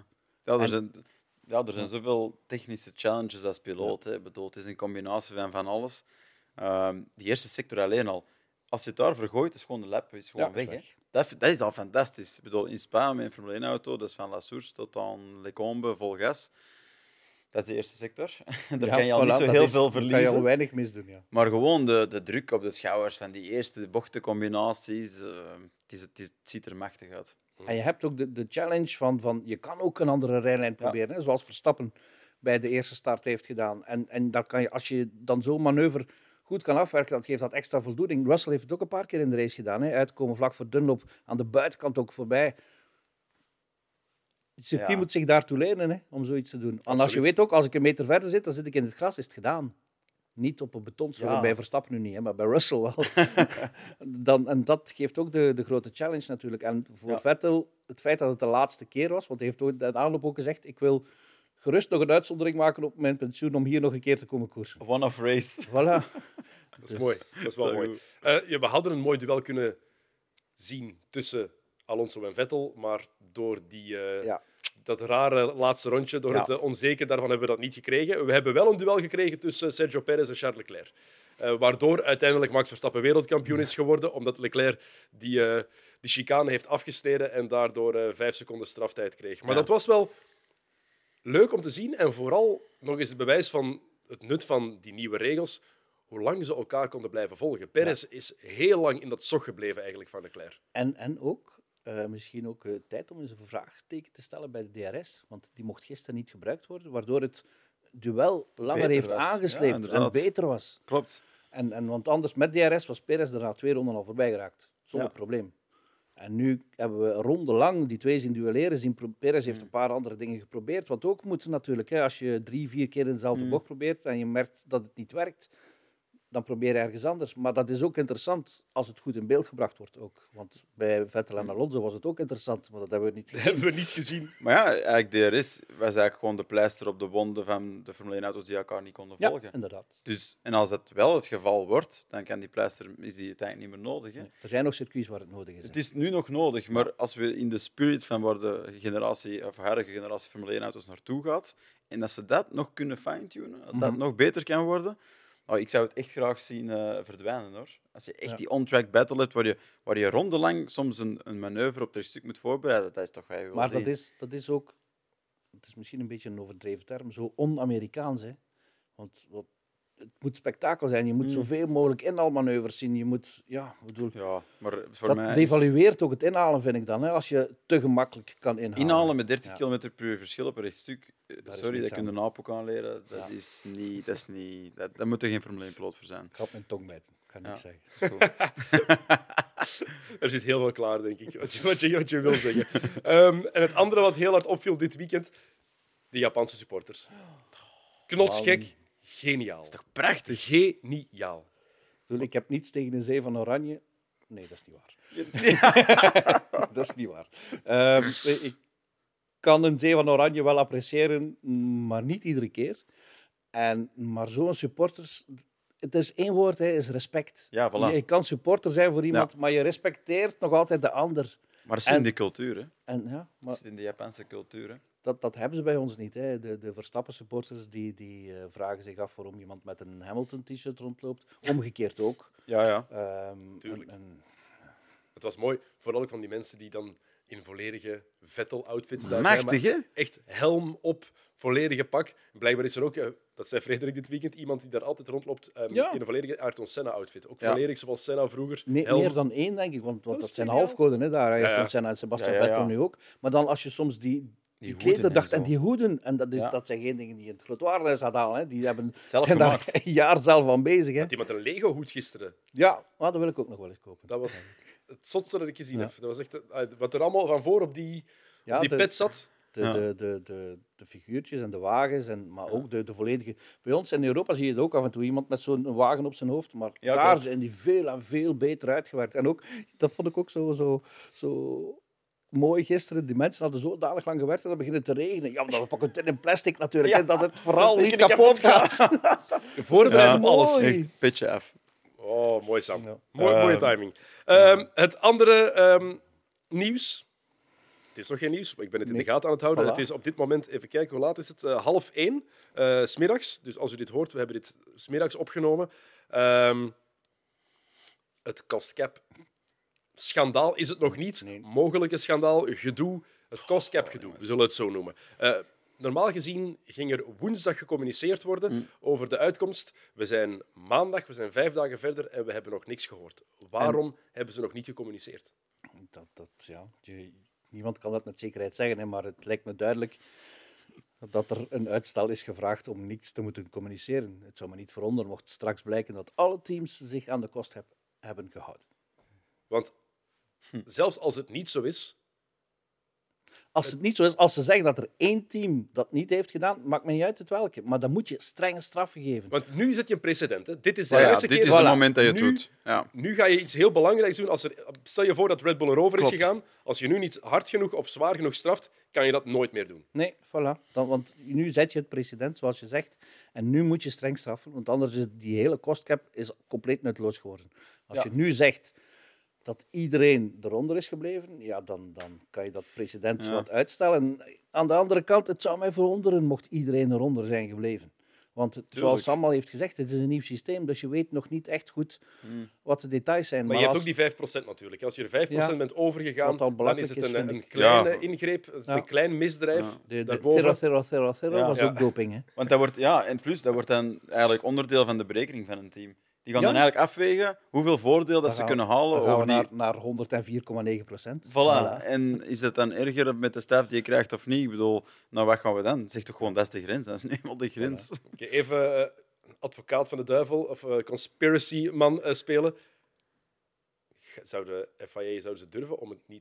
er zijn zoveel technische challenges als piloot. Hè. Het is een combinatie van alles. Die eerste sector alleen al. Als je het daar vergooit, is gewoon de lap is gewoon weg. Hè. Dat is al fantastisch. Ik bedoel, in Spa met een Formule 1-auto, dat is van La Source tot aan Les Combes vol gas. Dat is de eereerste sector. Daar kan je al niet zo heel veel verliezen. Daar kan je al weinig misdoen, ja. Maar gewoon de druk op de schouders van die eerste bochtencombinaties, het ziet er machtig uit. En je hebt ook de challenge van je kan ook een andere rijlijn proberen, hè, zoals Verstappen bij de eerste start heeft gedaan. En daar kan je, als je dan zo'n manoeuvre goed kan afwerken, dat geeft dat extra voldoening. Russell heeft het ook een paar keer in de race gedaan. Hè. Uitkomen vlak voor Dunlop, aan de buitenkant ook voorbij. Het circuit moet zich daartoe lenen, hè, om zoiets te doen. En als je weet ook, als ik een meter verder zit, dan zit ik in het gras, is het gedaan. Niet op een beton, bij Verstappen nu niet, hè, maar bij Russell wel. En dat geeft ook de grote challenge natuurlijk. En voor Vettel, het feit dat het de laatste keer was, want hij heeft ook de aanloop ook gezegd, ik wil gerust nog een uitzondering maken op mijn pensioen om hier nog een keer te komen koersen. One-off race. Voilà. Dat is mooi. Dat is wel mooi. We hadden een mooi duel kunnen zien tussen Alonso en Vettel, maar door dat rare laatste rondje, door het onzeker daarvan, hebben we dat niet gekregen. We hebben wel een duel gekregen tussen Sergio Perez en Charles Leclerc. Waardoor uiteindelijk Max Verstappen wereldkampioen is geworden, omdat Leclerc die chicane heeft afgesneden en daardoor 5 seconden straftijd kreeg. Maar dat was wel leuk om te zien en vooral nog eens het bewijs van het nut van die nieuwe regels, hoe lang ze elkaar konden blijven volgen. Perez is heel lang in dat zog gebleven eigenlijk van Leclerc. En ook misschien ook tijd om eens een vraagteken te stellen bij de DRS, want die mocht gisteren niet gebruikt worden, waardoor het duel langer heeft aangesleept en beter was. Klopt. Want anders met DRS was Perez er na 2 ronden al voorbij geraakt, zonder probleem. En nu hebben we een ronde lang die twee zien duelleren. Perez heeft een paar andere dingen geprobeerd, wat ook moet natuurlijk. Hè, als je 3-4 keer in dezelfde bocht probeert en je merkt dat het niet werkt, dan probeer je ergens anders. Maar dat is ook interessant als het goed in beeld gebracht wordt ook. Want bij Vettel en Alonso was het ook interessant, maar dat hebben we niet gezien. Dat hebben we niet gezien. Maar ja, eigenlijk DRS was eigenlijk gewoon de pleister op de wonden van de Formule 1-auto's die elkaar niet konden volgen. Ja, inderdaad. Dus, en als dat wel het geval wordt, dan kan die pleister, is die uiteindelijk niet meer nodig. Hè? Nee, er zijn nog circuits waar het nodig is. Het is nu nog nodig, maar als we in de spirit van waar de huidige generatie Formule 1-auto's naartoe gaat, en dat ze dat nog kunnen fine-tunen, dat dat nog beter kan worden. Ik zou het echt graag zien verdwijnen, hoor. Als je echt die on-track battle hebt, waar je rondelang soms een manoeuvre op het stuk moet voorbereiden, dat is toch wat je wil maar zien. dat is ook, het is misschien een beetje een overdreven term, zo on-Amerikaans. Hè? Want het moet spektakel zijn. Je moet zoveel mogelijk inhaalmanoeuvres zien. Je moet, maar voor dat mij devalueert ook het inhalen, vind ik dan. Hè? Als je te gemakkelijk kan inhalen. Inhalen met 30 km/h verschil op een rechtstuk. Sorry, dat kun je aan. de NAPO kan leren. Dat moet er geen Formule 1-piloot voor zijn. Ik ga op mijn tong bijten. Ik ga niks zeggen. Er zit heel veel klaar, denk ik, wat je wil zeggen. En het andere wat heel hard opviel dit weekend, de Japanse supporters. Knotsgek, geniaal. Dat is toch prachtig? Geniaal. Ik heb niets tegen de Zee van Oranje. Nee, dat is niet waar. Dat is niet waar. Ik kan een Zee van Oranje wel appreciëren, maar niet iedere keer. Maar zo'n supporters... Het is één woord, hè, is respect. Ja, voilà. Je kan supporter zijn voor iemand, maar je respecteert nog altijd de ander. Maar het zit in de cultuur, hè? Het zit in de Japanse cultuur, hè? Dat hebben ze bij ons niet. Hè. De Verstappen-supporters die vragen zich af waarom iemand met een Hamilton-t-shirt rondloopt. Omgekeerd ook. Ja. Tuurlijk. Het was mooi, vooral ook van die mensen die dan in volledige Vettel-outfits daar machtig, zijn. Hè? Echt helm op, volledige pak. Blijkbaar is er ook, dat zei Frederik dit weekend, iemand die daar altijd rondloopt in een volledige Ayrton Senna-outfit. Ook volledig zoals Senna vroeger. Meer dan één, denk ik, want dat zijn halfcoden, hè, daar. Ayrton Senna en Sebastian Vettel nu ook. Maar dan als je soms die klederdacht en die hoeden, en dat zijn geen dingen die in het trottoirhuis had halen. Hè. Die zijn daar een jaar zelf aan bezig. Hè. Had iemand een Lego-hoed gisteren? Ja, maar dat wil ik ook nog wel eens kopen. Dat was het zotste dat ik gezien heb. Dat was echt, wat er allemaal van voor op die pet zat. De figuurtjes en de wagens, maar ook de volledige... Bij ons in Europa zie je het ook af en toe, iemand met zo'n wagen op zijn hoofd, maar daar zijn die veel en veel beter uitgewerkt. En ook, dat vond ik ook zo mooi gisteren. Die mensen hadden zo danig lang gewerkt en dan begint het te regenen. Ja, maar we pakken het in plastic natuurlijk, en dat het vooral niet kapot gaat. Voorbereid op alles. Echt, pitje af. Oh, mooi Sam. Mooie timing. Het andere nieuws... is nog geen nieuws, maar ik ben het in de gaten aan het houden. Voilà. Het is op dit moment, even kijken, hoe laat is het? 12:30 'smiddags. Dus als u dit hoort, we hebben dit 's middags opgenomen. Het cost cap. Schandaal is het nog niet. Nee. Mogelijke schandaal, gedoe. Het cost cap gedoe, we zullen het zo noemen. Normaal gezien ging er woensdag gecommuniceerd worden over de uitkomst. We zijn maandag, we zijn 5 dagen verder en we hebben nog niks gehoord. Waarom hebben ze nog niet gecommuniceerd? Niemand kan dat met zekerheid zeggen, hè, maar het lijkt me duidelijk dat er een uitstel is gevraagd om niets te moeten communiceren. Het zou me niet verwonderen mocht straks blijken dat alle teams zich aan de kost hebben gehouden. Want zelfs als het niet zo is, Als het niet zo is, als ze zeggen dat er één team dat niet heeft gedaan, maakt me niet uit het welke. Maar dan moet je strenge straffen geven. want nu zet je een precedent. Hè. Dit is de Ja, eerste dit keer. is het moment dat je het Nu- doet. Ja. Nu ga je iets heel belangrijks doen. Stel je voor dat Red Bull erover Klopt. is gegaan. Als je nu niet hard genoeg of zwaar genoeg straft, kan je dat nooit meer doen. Nee, voilà. Want nu zet je het precedent, zoals je zegt. En nu moet je streng straffen, want anders is die hele kostcap is compleet nutteloos geworden. Als Ja. je nu zegt dat iedereen eronder is gebleven, ja, dan kan je dat precedent Ja. wat uitstellen. Aan de andere kant, het zou mij verwonderen mocht iedereen eronder zijn gebleven. Want zoals Sam al heeft gezegd, het is een nieuw systeem, dus je weet nog niet echt goed wat de details zijn. Maar je hebt als- ook die 5% natuurlijk. Als je er 5% Ja. bent overgegaan, Wat al dan is belachelijk het is, een, vind een ik. kleine Ja. ingreep, Ja. een klein misdrijf. Ja. de daarboven. 0,000 Ja. was Ja. ook doping, hè? Want dat wordt, ja, en plus, dat wordt dan eigenlijk onderdeel van de berekening van een team. Die gaan Ja. dan eigenlijk afwegen hoeveel voordeel dat ze kunnen halen Dan gaan over we die... naar 104,9%. Voilà. En is het dan erger met de staf die je krijgt of niet? Ik bedoel, nou wat gaan we dan? Zeg toch gewoon, dat is de grens. Dat is nu eenmaal de grens. Oké, even een advocaat van de duivel of conspiracy man spelen. Zou de FIA zouden ze durven om het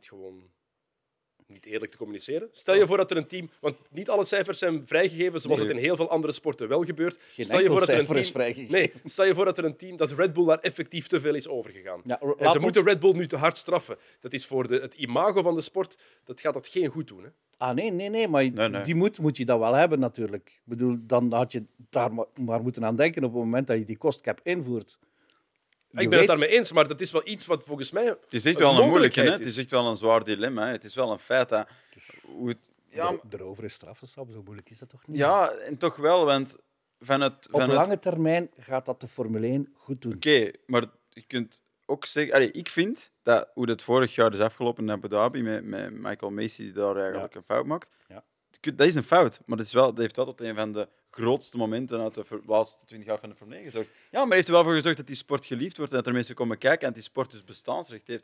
niet eerlijk te communiceren? Stel je voor dat er een team... Want niet alle cijfers zijn vrijgegeven, zoals Nee. het in heel veel andere sporten wel gebeurt. Geen Stel je enkel voor dat er een cijfer is team... vrijgegeven. Nee, stel je voor dat er een team... Dat Red Bull daar effectief te veel is overgegaan. Ja, En laat ze ons- moeten Red Bull nu te hard straffen. Dat is voor het imago van de sport, dat gaat dat geen goed doen. Hè? Ah, nee, maar Nee. die moet je dat wel hebben natuurlijk. Ik bedoel, dan had je daar maar moeten aan denken op het moment dat je die kostcap invoert. Je Ik ben weet- het daarmee eens, maar dat is wel iets wat volgens mij... Het is echt wel een moeilijke, hè? mogelijkheid Het is echt wel een zwaar dilemma. Hè? Het is wel een feit dat... Hoe het... ja, Erover is strafstap, zo moeilijk is dat toch niet? ja, en toch wel, want van het... Op Van lange termijn gaat dat de Formule 1 goed doen. Oké, maar je kunt ook zeggen... Allee, ik vind dat hoe dat vorig jaar is afgelopen in Abu Dhabi met Michael Macy die daar eigenlijk een fout maakt. Ja. Dat is een fout, maar dat heeft wel tot een van de grootste momenten uit de laatste 20 jaar van de Formule 1 gezorgd. Ja, maar heeft er wel voor gezorgd dat die sport geliefd wordt en dat er mensen komen kijken en dat die sport dus bestaansrecht heeft.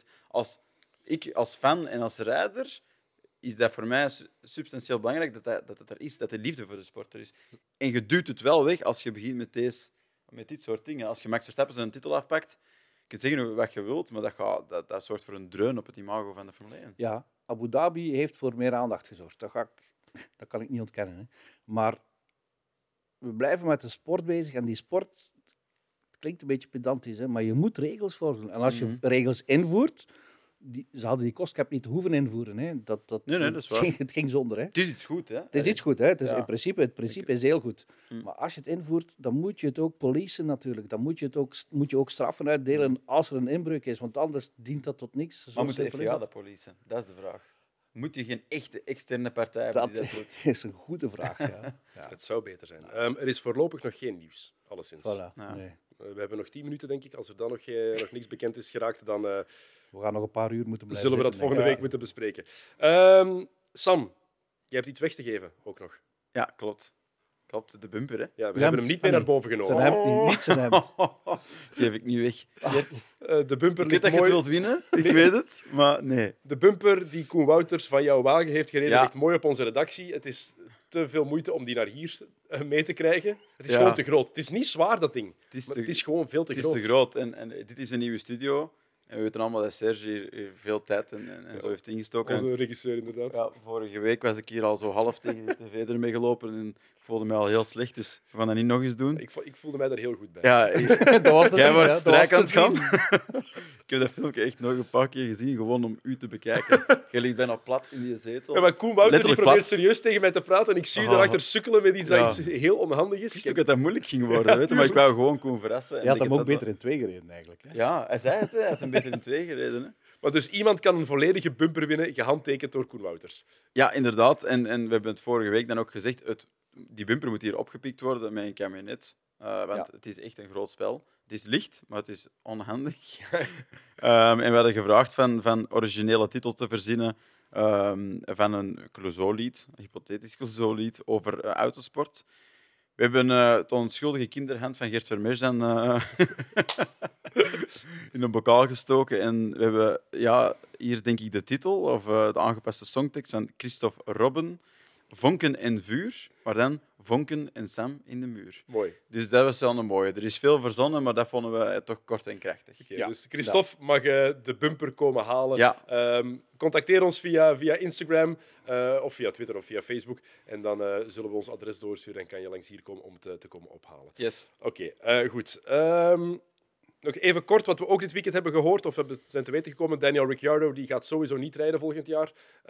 Als fan en als rijder is dat voor mij substantieel belangrijk dat het er is, dat de liefde voor de sport er is. En je duwt het wel weg als je begint met dit soort dingen. Als je Max Verstappen zijn titel afpakt, je kunt zeggen wat je wilt, maar dat zorgt voor een dreun op het imago van de Formule 1. Ja, Abu Dhabi heeft voor meer aandacht gezorgd. Dat kan ik niet ontkennen. Hè. Maar we blijven met de sport bezig en die sport, het klinkt een beetje pedantisch, hè, maar je moet regels volgen. En als je regels invoert, ze hadden die kostcap niet hoeven invoeren. Hè. Nee, dat is waar. Het ging zonder. Hè. Het is iets goed, hè? Het is iets goed, hè. Het is Ja. in principe, het principe is heel goed. Maar als je het invoert, dan moet je het ook policen natuurlijk. Dan moet je ook straffen uitdelen als er een inbreuk is, want anders dient dat tot niks. Zo Maar moet de simpel is FIA dat. dat policen? Dat is de vraag. Moet je geen echte externe partij hebben die Dat dat doet? is een goede vraag, ja. Ja. Het zou beter zijn. Er is voorlopig nog geen nieuws, alleszins. Voilà. Ja. Nee. We hebben nog 10 minuten, denk ik. Als er dan nog niks bekend is geraakt, dan We gaan nog een paar uur moeten blijven zullen we dat zitten, volgende denk week ik. moeten bespreken. Sam, jij hebt iets weg te geven, ook nog. Ja, klopt. Klopt, de bumper, hè? Ja, we Ja, hebben hem niet mee nee. naar boven genomen. Zijn hemd, niet zijn hemd. Geef ik niet weg. Gert, De bumper ik weet ligt dat je het mooi... wilt winnen, ik weet het, maar nee. De bumper die Koen Wouters van jouw wagen heeft gereden, Ja. ligt mooi op onze redactie. Het is te veel moeite om die naar hier mee te krijgen. Het is Ja. gewoon te groot. Het is niet zwaar, dat ding. is Maar te- het is gewoon veel te Het is groot. te groot. En dit is een nieuwe studio. En we weten allemaal dat Serge hier veel tijd en zo heeft ingestoken. Onze regisseur, inderdaad. Ja, vorige week was ik hier al zo half tegen de tv ermee gelopen en ik voelde me al heel slecht, dus we gaan dat niet nog eens doen. Ik voelde mij daar heel goed bij. Ja, Dat was te jij zien, wordt ja, dat was strijk aan te het zien. gaan. Ik heb dat filmpje echt nog een paar keer gezien, gewoon om u te bekijken. Je ligt bijna plat in die zetel. Ja, maar Koen Wouter die Letterlijk probeert plat. serieus tegen mij te praten en ik zie je Ah. daarachter sukkelen met iets Ja. dat iets heel onhandig Ik is. wist ook dat dat moeilijk ging worden, weet je, maar ik wou gewoon Koen verrassen. En Je had ik hem ook dat- beter in twee gereden, eigenlijk. Hè? Ja, hij zei het, hè. Hij had hem beter in twee gereden. Hè. Maar dus iemand kan een volledige bumper winnen, gehandtekend door Koen Wouters. Ja, inderdaad. En we hebben het vorige week dan ook gezegd, die bumper moet hier opgepikt worden met een camionet. Want het is echt een groot spel. Het is licht, maar het is onhandig. En we hadden gevraagd van originele titel te verzinnen van een Clouseau-lied, een hypothetisch Clouseau-lied over autosport. We hebben het onschuldige kinderhand van Gert Vermeers dan in een bokaal gestoken. En we hebben hier denk ik de titel, of de aangepaste songtekst van Christophe Robben. Vonken en vuur, maar dan Vonken en Sam in de muur. Mooi. Dus dat was wel een mooie. Er is veel verzonnen, maar dat vonden we toch kort en krachtig. Okay, dus Christophe mag de bumper komen halen. Ja. Contacteer ons via Instagram, of via Twitter of via Facebook. En dan zullen we ons adres doorsturen en kan je langs hier komen om het te komen ophalen. Yes. Oké, goed. Nog even kort wat we ook dit weekend hebben gehoord, of zijn te weten gekomen. Daniel Ricciardo die gaat sowieso niet rijden volgend jaar.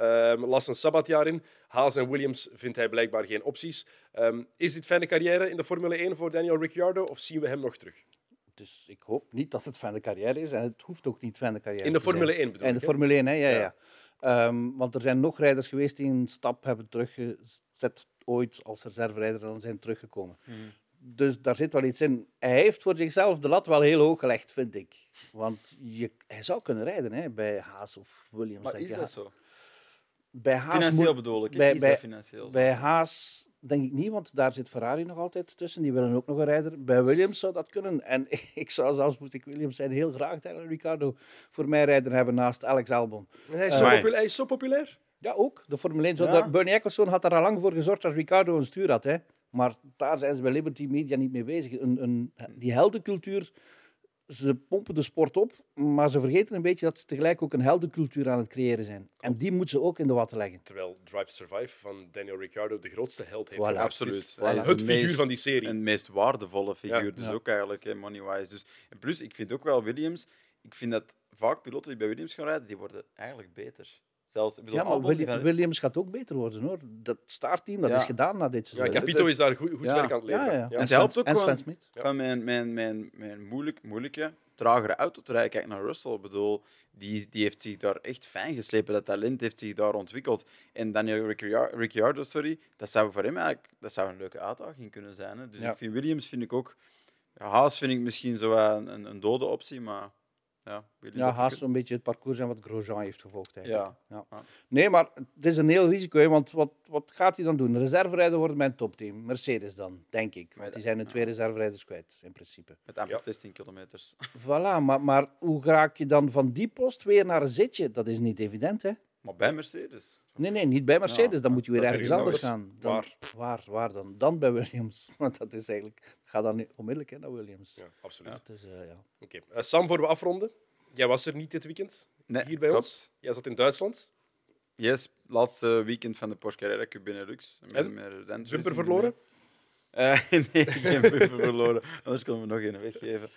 Las een sabbatjaar in. Haas en Williams vindt hij blijkbaar geen opties. Is dit fijne carrière in de Formule 1 voor Daniel Ricciardo, of zien we hem nog terug? Dus ik hoop niet dat het fijne carrière is. En het hoeft ook niet fijne carrière In de te zijn. Formule 1 bedoel ik. In de Formule 1, hè? Ja. Want er zijn nog rijders geweest die een stap hebben teruggezet ooit als reserverijder en dan zijn teruggekomen. Dus daar zit wel iets in. Hij heeft voor zichzelf de lat wel heel hoog gelegd, vind ik. Want hij zou kunnen rijden hè, bij Haas of Williams. Maar is dat zo? Bij Haas financieel bedoel ik. Is dat financieel zo? Bij Haas denk ik niet, want daar zit Ferrari nog altijd tussen. Die willen ook nog een rijder. Bij Williams zou dat kunnen. En ik zou zelfs, moest ik Williams zijn, heel graag Daniel Ricciardo voor mij rijder hebben naast Alex Albon. En hij is zo populair. Ja, ook. De Formule 1. Ja. Bernie Ecclestone had er al lang voor gezorgd dat Ricciardo een stuur had. Hè. Maar daar zijn ze bij Liberty Media niet mee bezig. Die heldencultuur, ze pompen de sport op, maar ze vergeten een beetje dat ze tegelijk ook een heldencultuur aan het creëren zijn. En die moeten ze ook in de watten leggen. Terwijl Drive to Survive van Daniel Ricciardo de grootste held heeft. Voilà. gemaakt. Absoluut. Hij is het figuur van die serie. Een meest waardevolle figuur, Ja. dus ook eigenlijk, money-wise. Dus, en plus, ik vind ook wel Williams... Ik vind dat vaak piloten die bij Williams gaan rijden, die worden eigenlijk beter. Zelfs, ik bedoel, Ja, maar Albon, die van- Williams gaat ook beter worden, hoor. Dat startteam, dat Ja. is gedaan na dit Ja, seizoen. Capito is daar goed Ja. werk aan het leveren. Ja. En het helpt ook En Sven gewoon Smith. Ja. van mijn moeilijke, tragere auto te rijden. Kijk naar Russell. Ik bedoel, die heeft zich daar echt fijn geslepen. Dat talent heeft zich daar ontwikkeld. En Daniel Ricciardo, dat zou voor hem eigenlijk een leuke uitdaging kunnen zijn. Hè. Dus Ja. ik vind Williams ook... Ja, Haas vind ik misschien zo wel een dode optie, maar... Ja, Ja, Haas zo'n beetje het parcours zijn wat Grosjean heeft gevolgd. Eigenlijk. Ja. Ja. Nee, maar het is een heel risico, hè, want wat gaat hij dan doen? Reserverijder worden bij een topteam. Mercedes dan, denk ik. Want die zijn nu 2 reserverijders kwijt, in principe. Met amper 16 kilometers. Voilà, maar hoe raak je dan van die post weer naar een zitje? Dat is niet evident, hè? Maar bij Mercedes. Nee, niet bij Mercedes. Ja, dan moet je weer dat ergens is anders anders. gaan. Waar dan? Dan bij Williams. Want dat is eigenlijk... Gaat dan niet onmiddellijk hè, naar Williams. Ja, absoluut. Dat is, ja. Oké. Sam, voor we afronden. Jij was er niet dit weekend, Nee, hier bij klopt. ons. Jij zat in Duitsland. Yes, laatste weekend van de Porsche Carrera Cup Benelux. En? Bumper verloren? Nee, geen bumper verloren. Anders kunnen we nog een weggeven.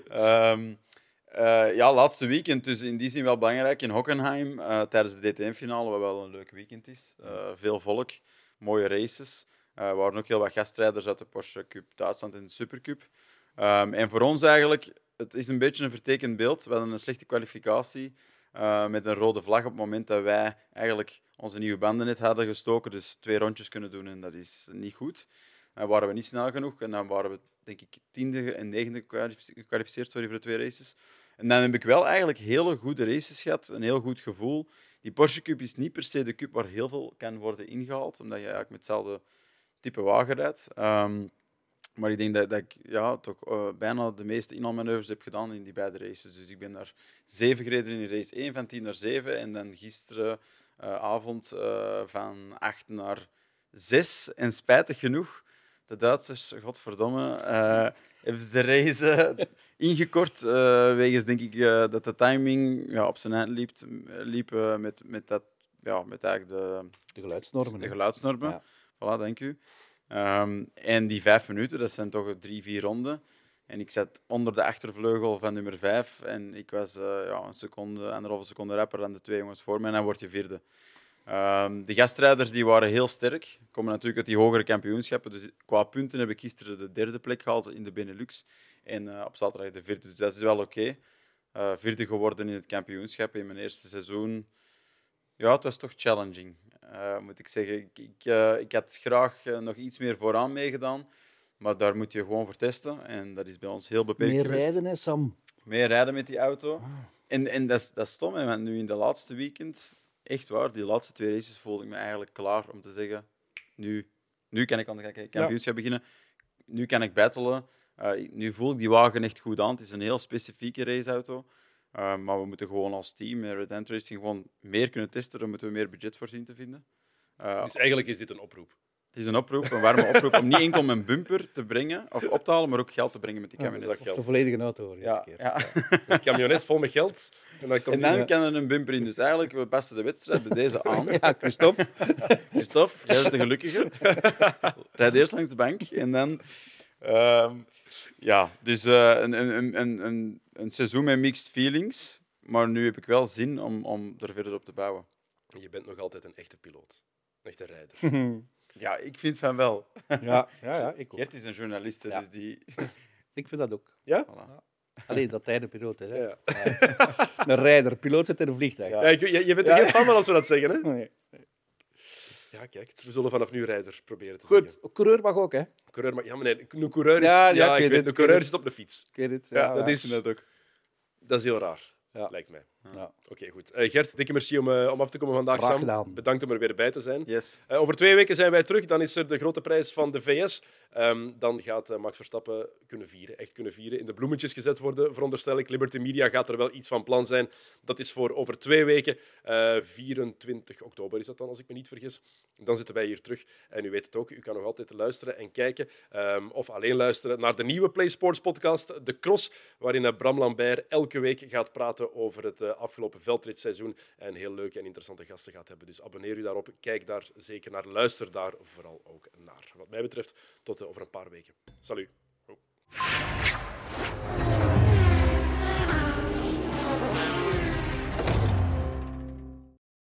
Laatste weekend. Dus in die zin wel belangrijk. In Hockenheim, tijdens de DTM-finale, wat wel een leuk weekend is. Veel volk, mooie races. Er waren ook heel wat gastrijders uit de Porsche Cup Duitsland en de Supercup. En voor ons eigenlijk, het is een beetje een vertekend beeld. We hadden een slechte kwalificatie. Met een rode vlag op het moment dat wij eigenlijk onze nieuwe banden net hadden gestoken. Dus 2 rondjes kunnen doen en dat is niet goed. Dan waren we niet snel genoeg en dan waren we, denk ik, 10e en 9e gekwalificeerd voor de 2 races. En dan heb ik wel eigenlijk hele goede races gehad, een heel goed gevoel. Die Porsche Cup is niet per se de cup waar heel veel kan worden ingehaald, omdat je eigenlijk met hetzelfde type wagen rijdt. Maar ik denk dat ik toch bijna de meeste inhaalmanoeuvres heb gedaan in die beide races. Dus ik ben daar 7 gereden in race 1, van 10 naar 7. En dan gisteravond van 8 naar 6. En spijtig genoeg, de Duitsers, godverdomme, hebben ze de race ingekort. Wegens, denk ik, dat de timing op zijn eind liep met eigenlijk De geluidsnormen. de hè. geluidsnormen. Ja. Voilà, dank u. En die 5 minuten, dat zijn toch 3-4 ronden. En ik zat onder de achtervleugel van nummer 5 en ik was een seconde, 1,5 seconde rapper dan de 2 jongens voor mij en dan word je 4e. De gastrijders die waren heel sterk, komen natuurlijk uit die hogere kampioenschappen. Dus qua punten heb ik gisteren de 3e plek gehaald in de Benelux en op zaterdag de 4e. Dus dat is wel oké. Vierde geworden in het kampioenschap in mijn eerste seizoen. Ja, het was toch challenging, moet ik zeggen. Ik had graag nog iets meer vooraan meegedaan, maar daar moet je gewoon voor testen. En dat is bij ons heel beperkt Meer geweest. rijden, hè, Sam. Meer rijden met die auto. En dat is stom, hè, want nu in de laatste weekend, echt waar, die laatste 2 races voelde ik me eigenlijk klaar om te zeggen, nu kan ik aan de kampioenschap beginnen. Nu kan ik battelen. Nu voel ik die wagen echt goed aan. Het is een heel specifieke raceauto. Maar we moeten gewoon als team met Red Ant Racing gewoon meer kunnen testen. Daar moeten we meer budget voor zien te vinden. Dus eigenlijk is dit een oproep. Het is een oproep, een warme oproep, om niet enkel mijn bumper te brengen of op te halen, maar ook geld te brengen met die camionet. dat geld. De volledige auto hoor, eerste keer. Ja. Een camionet vol met geld. En dan, komt En dan die- kan er een bumper in. Dus eigenlijk, we passen de wedstrijd bij deze aan. Ja, Christophe. Christophe, jij bent de gelukkige. Rijd eerst langs de bank en dan... dus een seizoen met mixed feelings. Maar nu heb ik wel zin om er verder op te bouwen. Je bent nog altijd een echte piloot. Een echte rijder. Ja, ik vind van wel. Ja, ik ook. Gert is een journalist, hè, Ja. dus die... Ik vind dat ook. Ja? Voilà. Alleen dat hij de piloot is. Hè. Ja. Een rijder, piloot zit in een vliegtuig. Ja, je bent er geen fan van als we dat zeggen, hè? Nee. Ja, kijk, we zullen vanaf nu rijder proberen te Goed, zeggen. coureur mag ook, hè? Coureur, maar, ja, maar nee, een coureur is... Ja, Ja, ik weet ik weet, het, de ik coureur weet zit het. op de fiets. Ik weet het. Ja, dat is- Ik vind dat ook. Dat is heel raar, Ja. lijkt mij. Ja. Oké, goed. Gert, dikke merci om af te komen vandaag, Graag Sam. gedaan. Bedankt om er weer bij te zijn. Yes. Over 2 weken zijn wij terug. Dan is er de grote prijs van de VS. Dan gaat Max Verstappen echt kunnen vieren. In de bloemetjes gezet worden, veronderstel ik. Liberty Media gaat er wel iets van plan zijn. Dat is voor over 2 weken. 24 oktober is dat dan, als ik me niet vergis. Dan zitten wij hier terug. En u weet het ook, u kan nog altijd luisteren en kijken. Of alleen luisteren naar de nieuwe Play Sports podcast, De Cross, waarin Bram Lambert elke week gaat praten over het afgelopen veldritseizoen en heel leuke en interessante gasten gaat hebben. Dus abonneer u daarop, kijk daar zeker naar, luister daar vooral ook naar. Wat mij betreft, tot over een paar weken. Salut.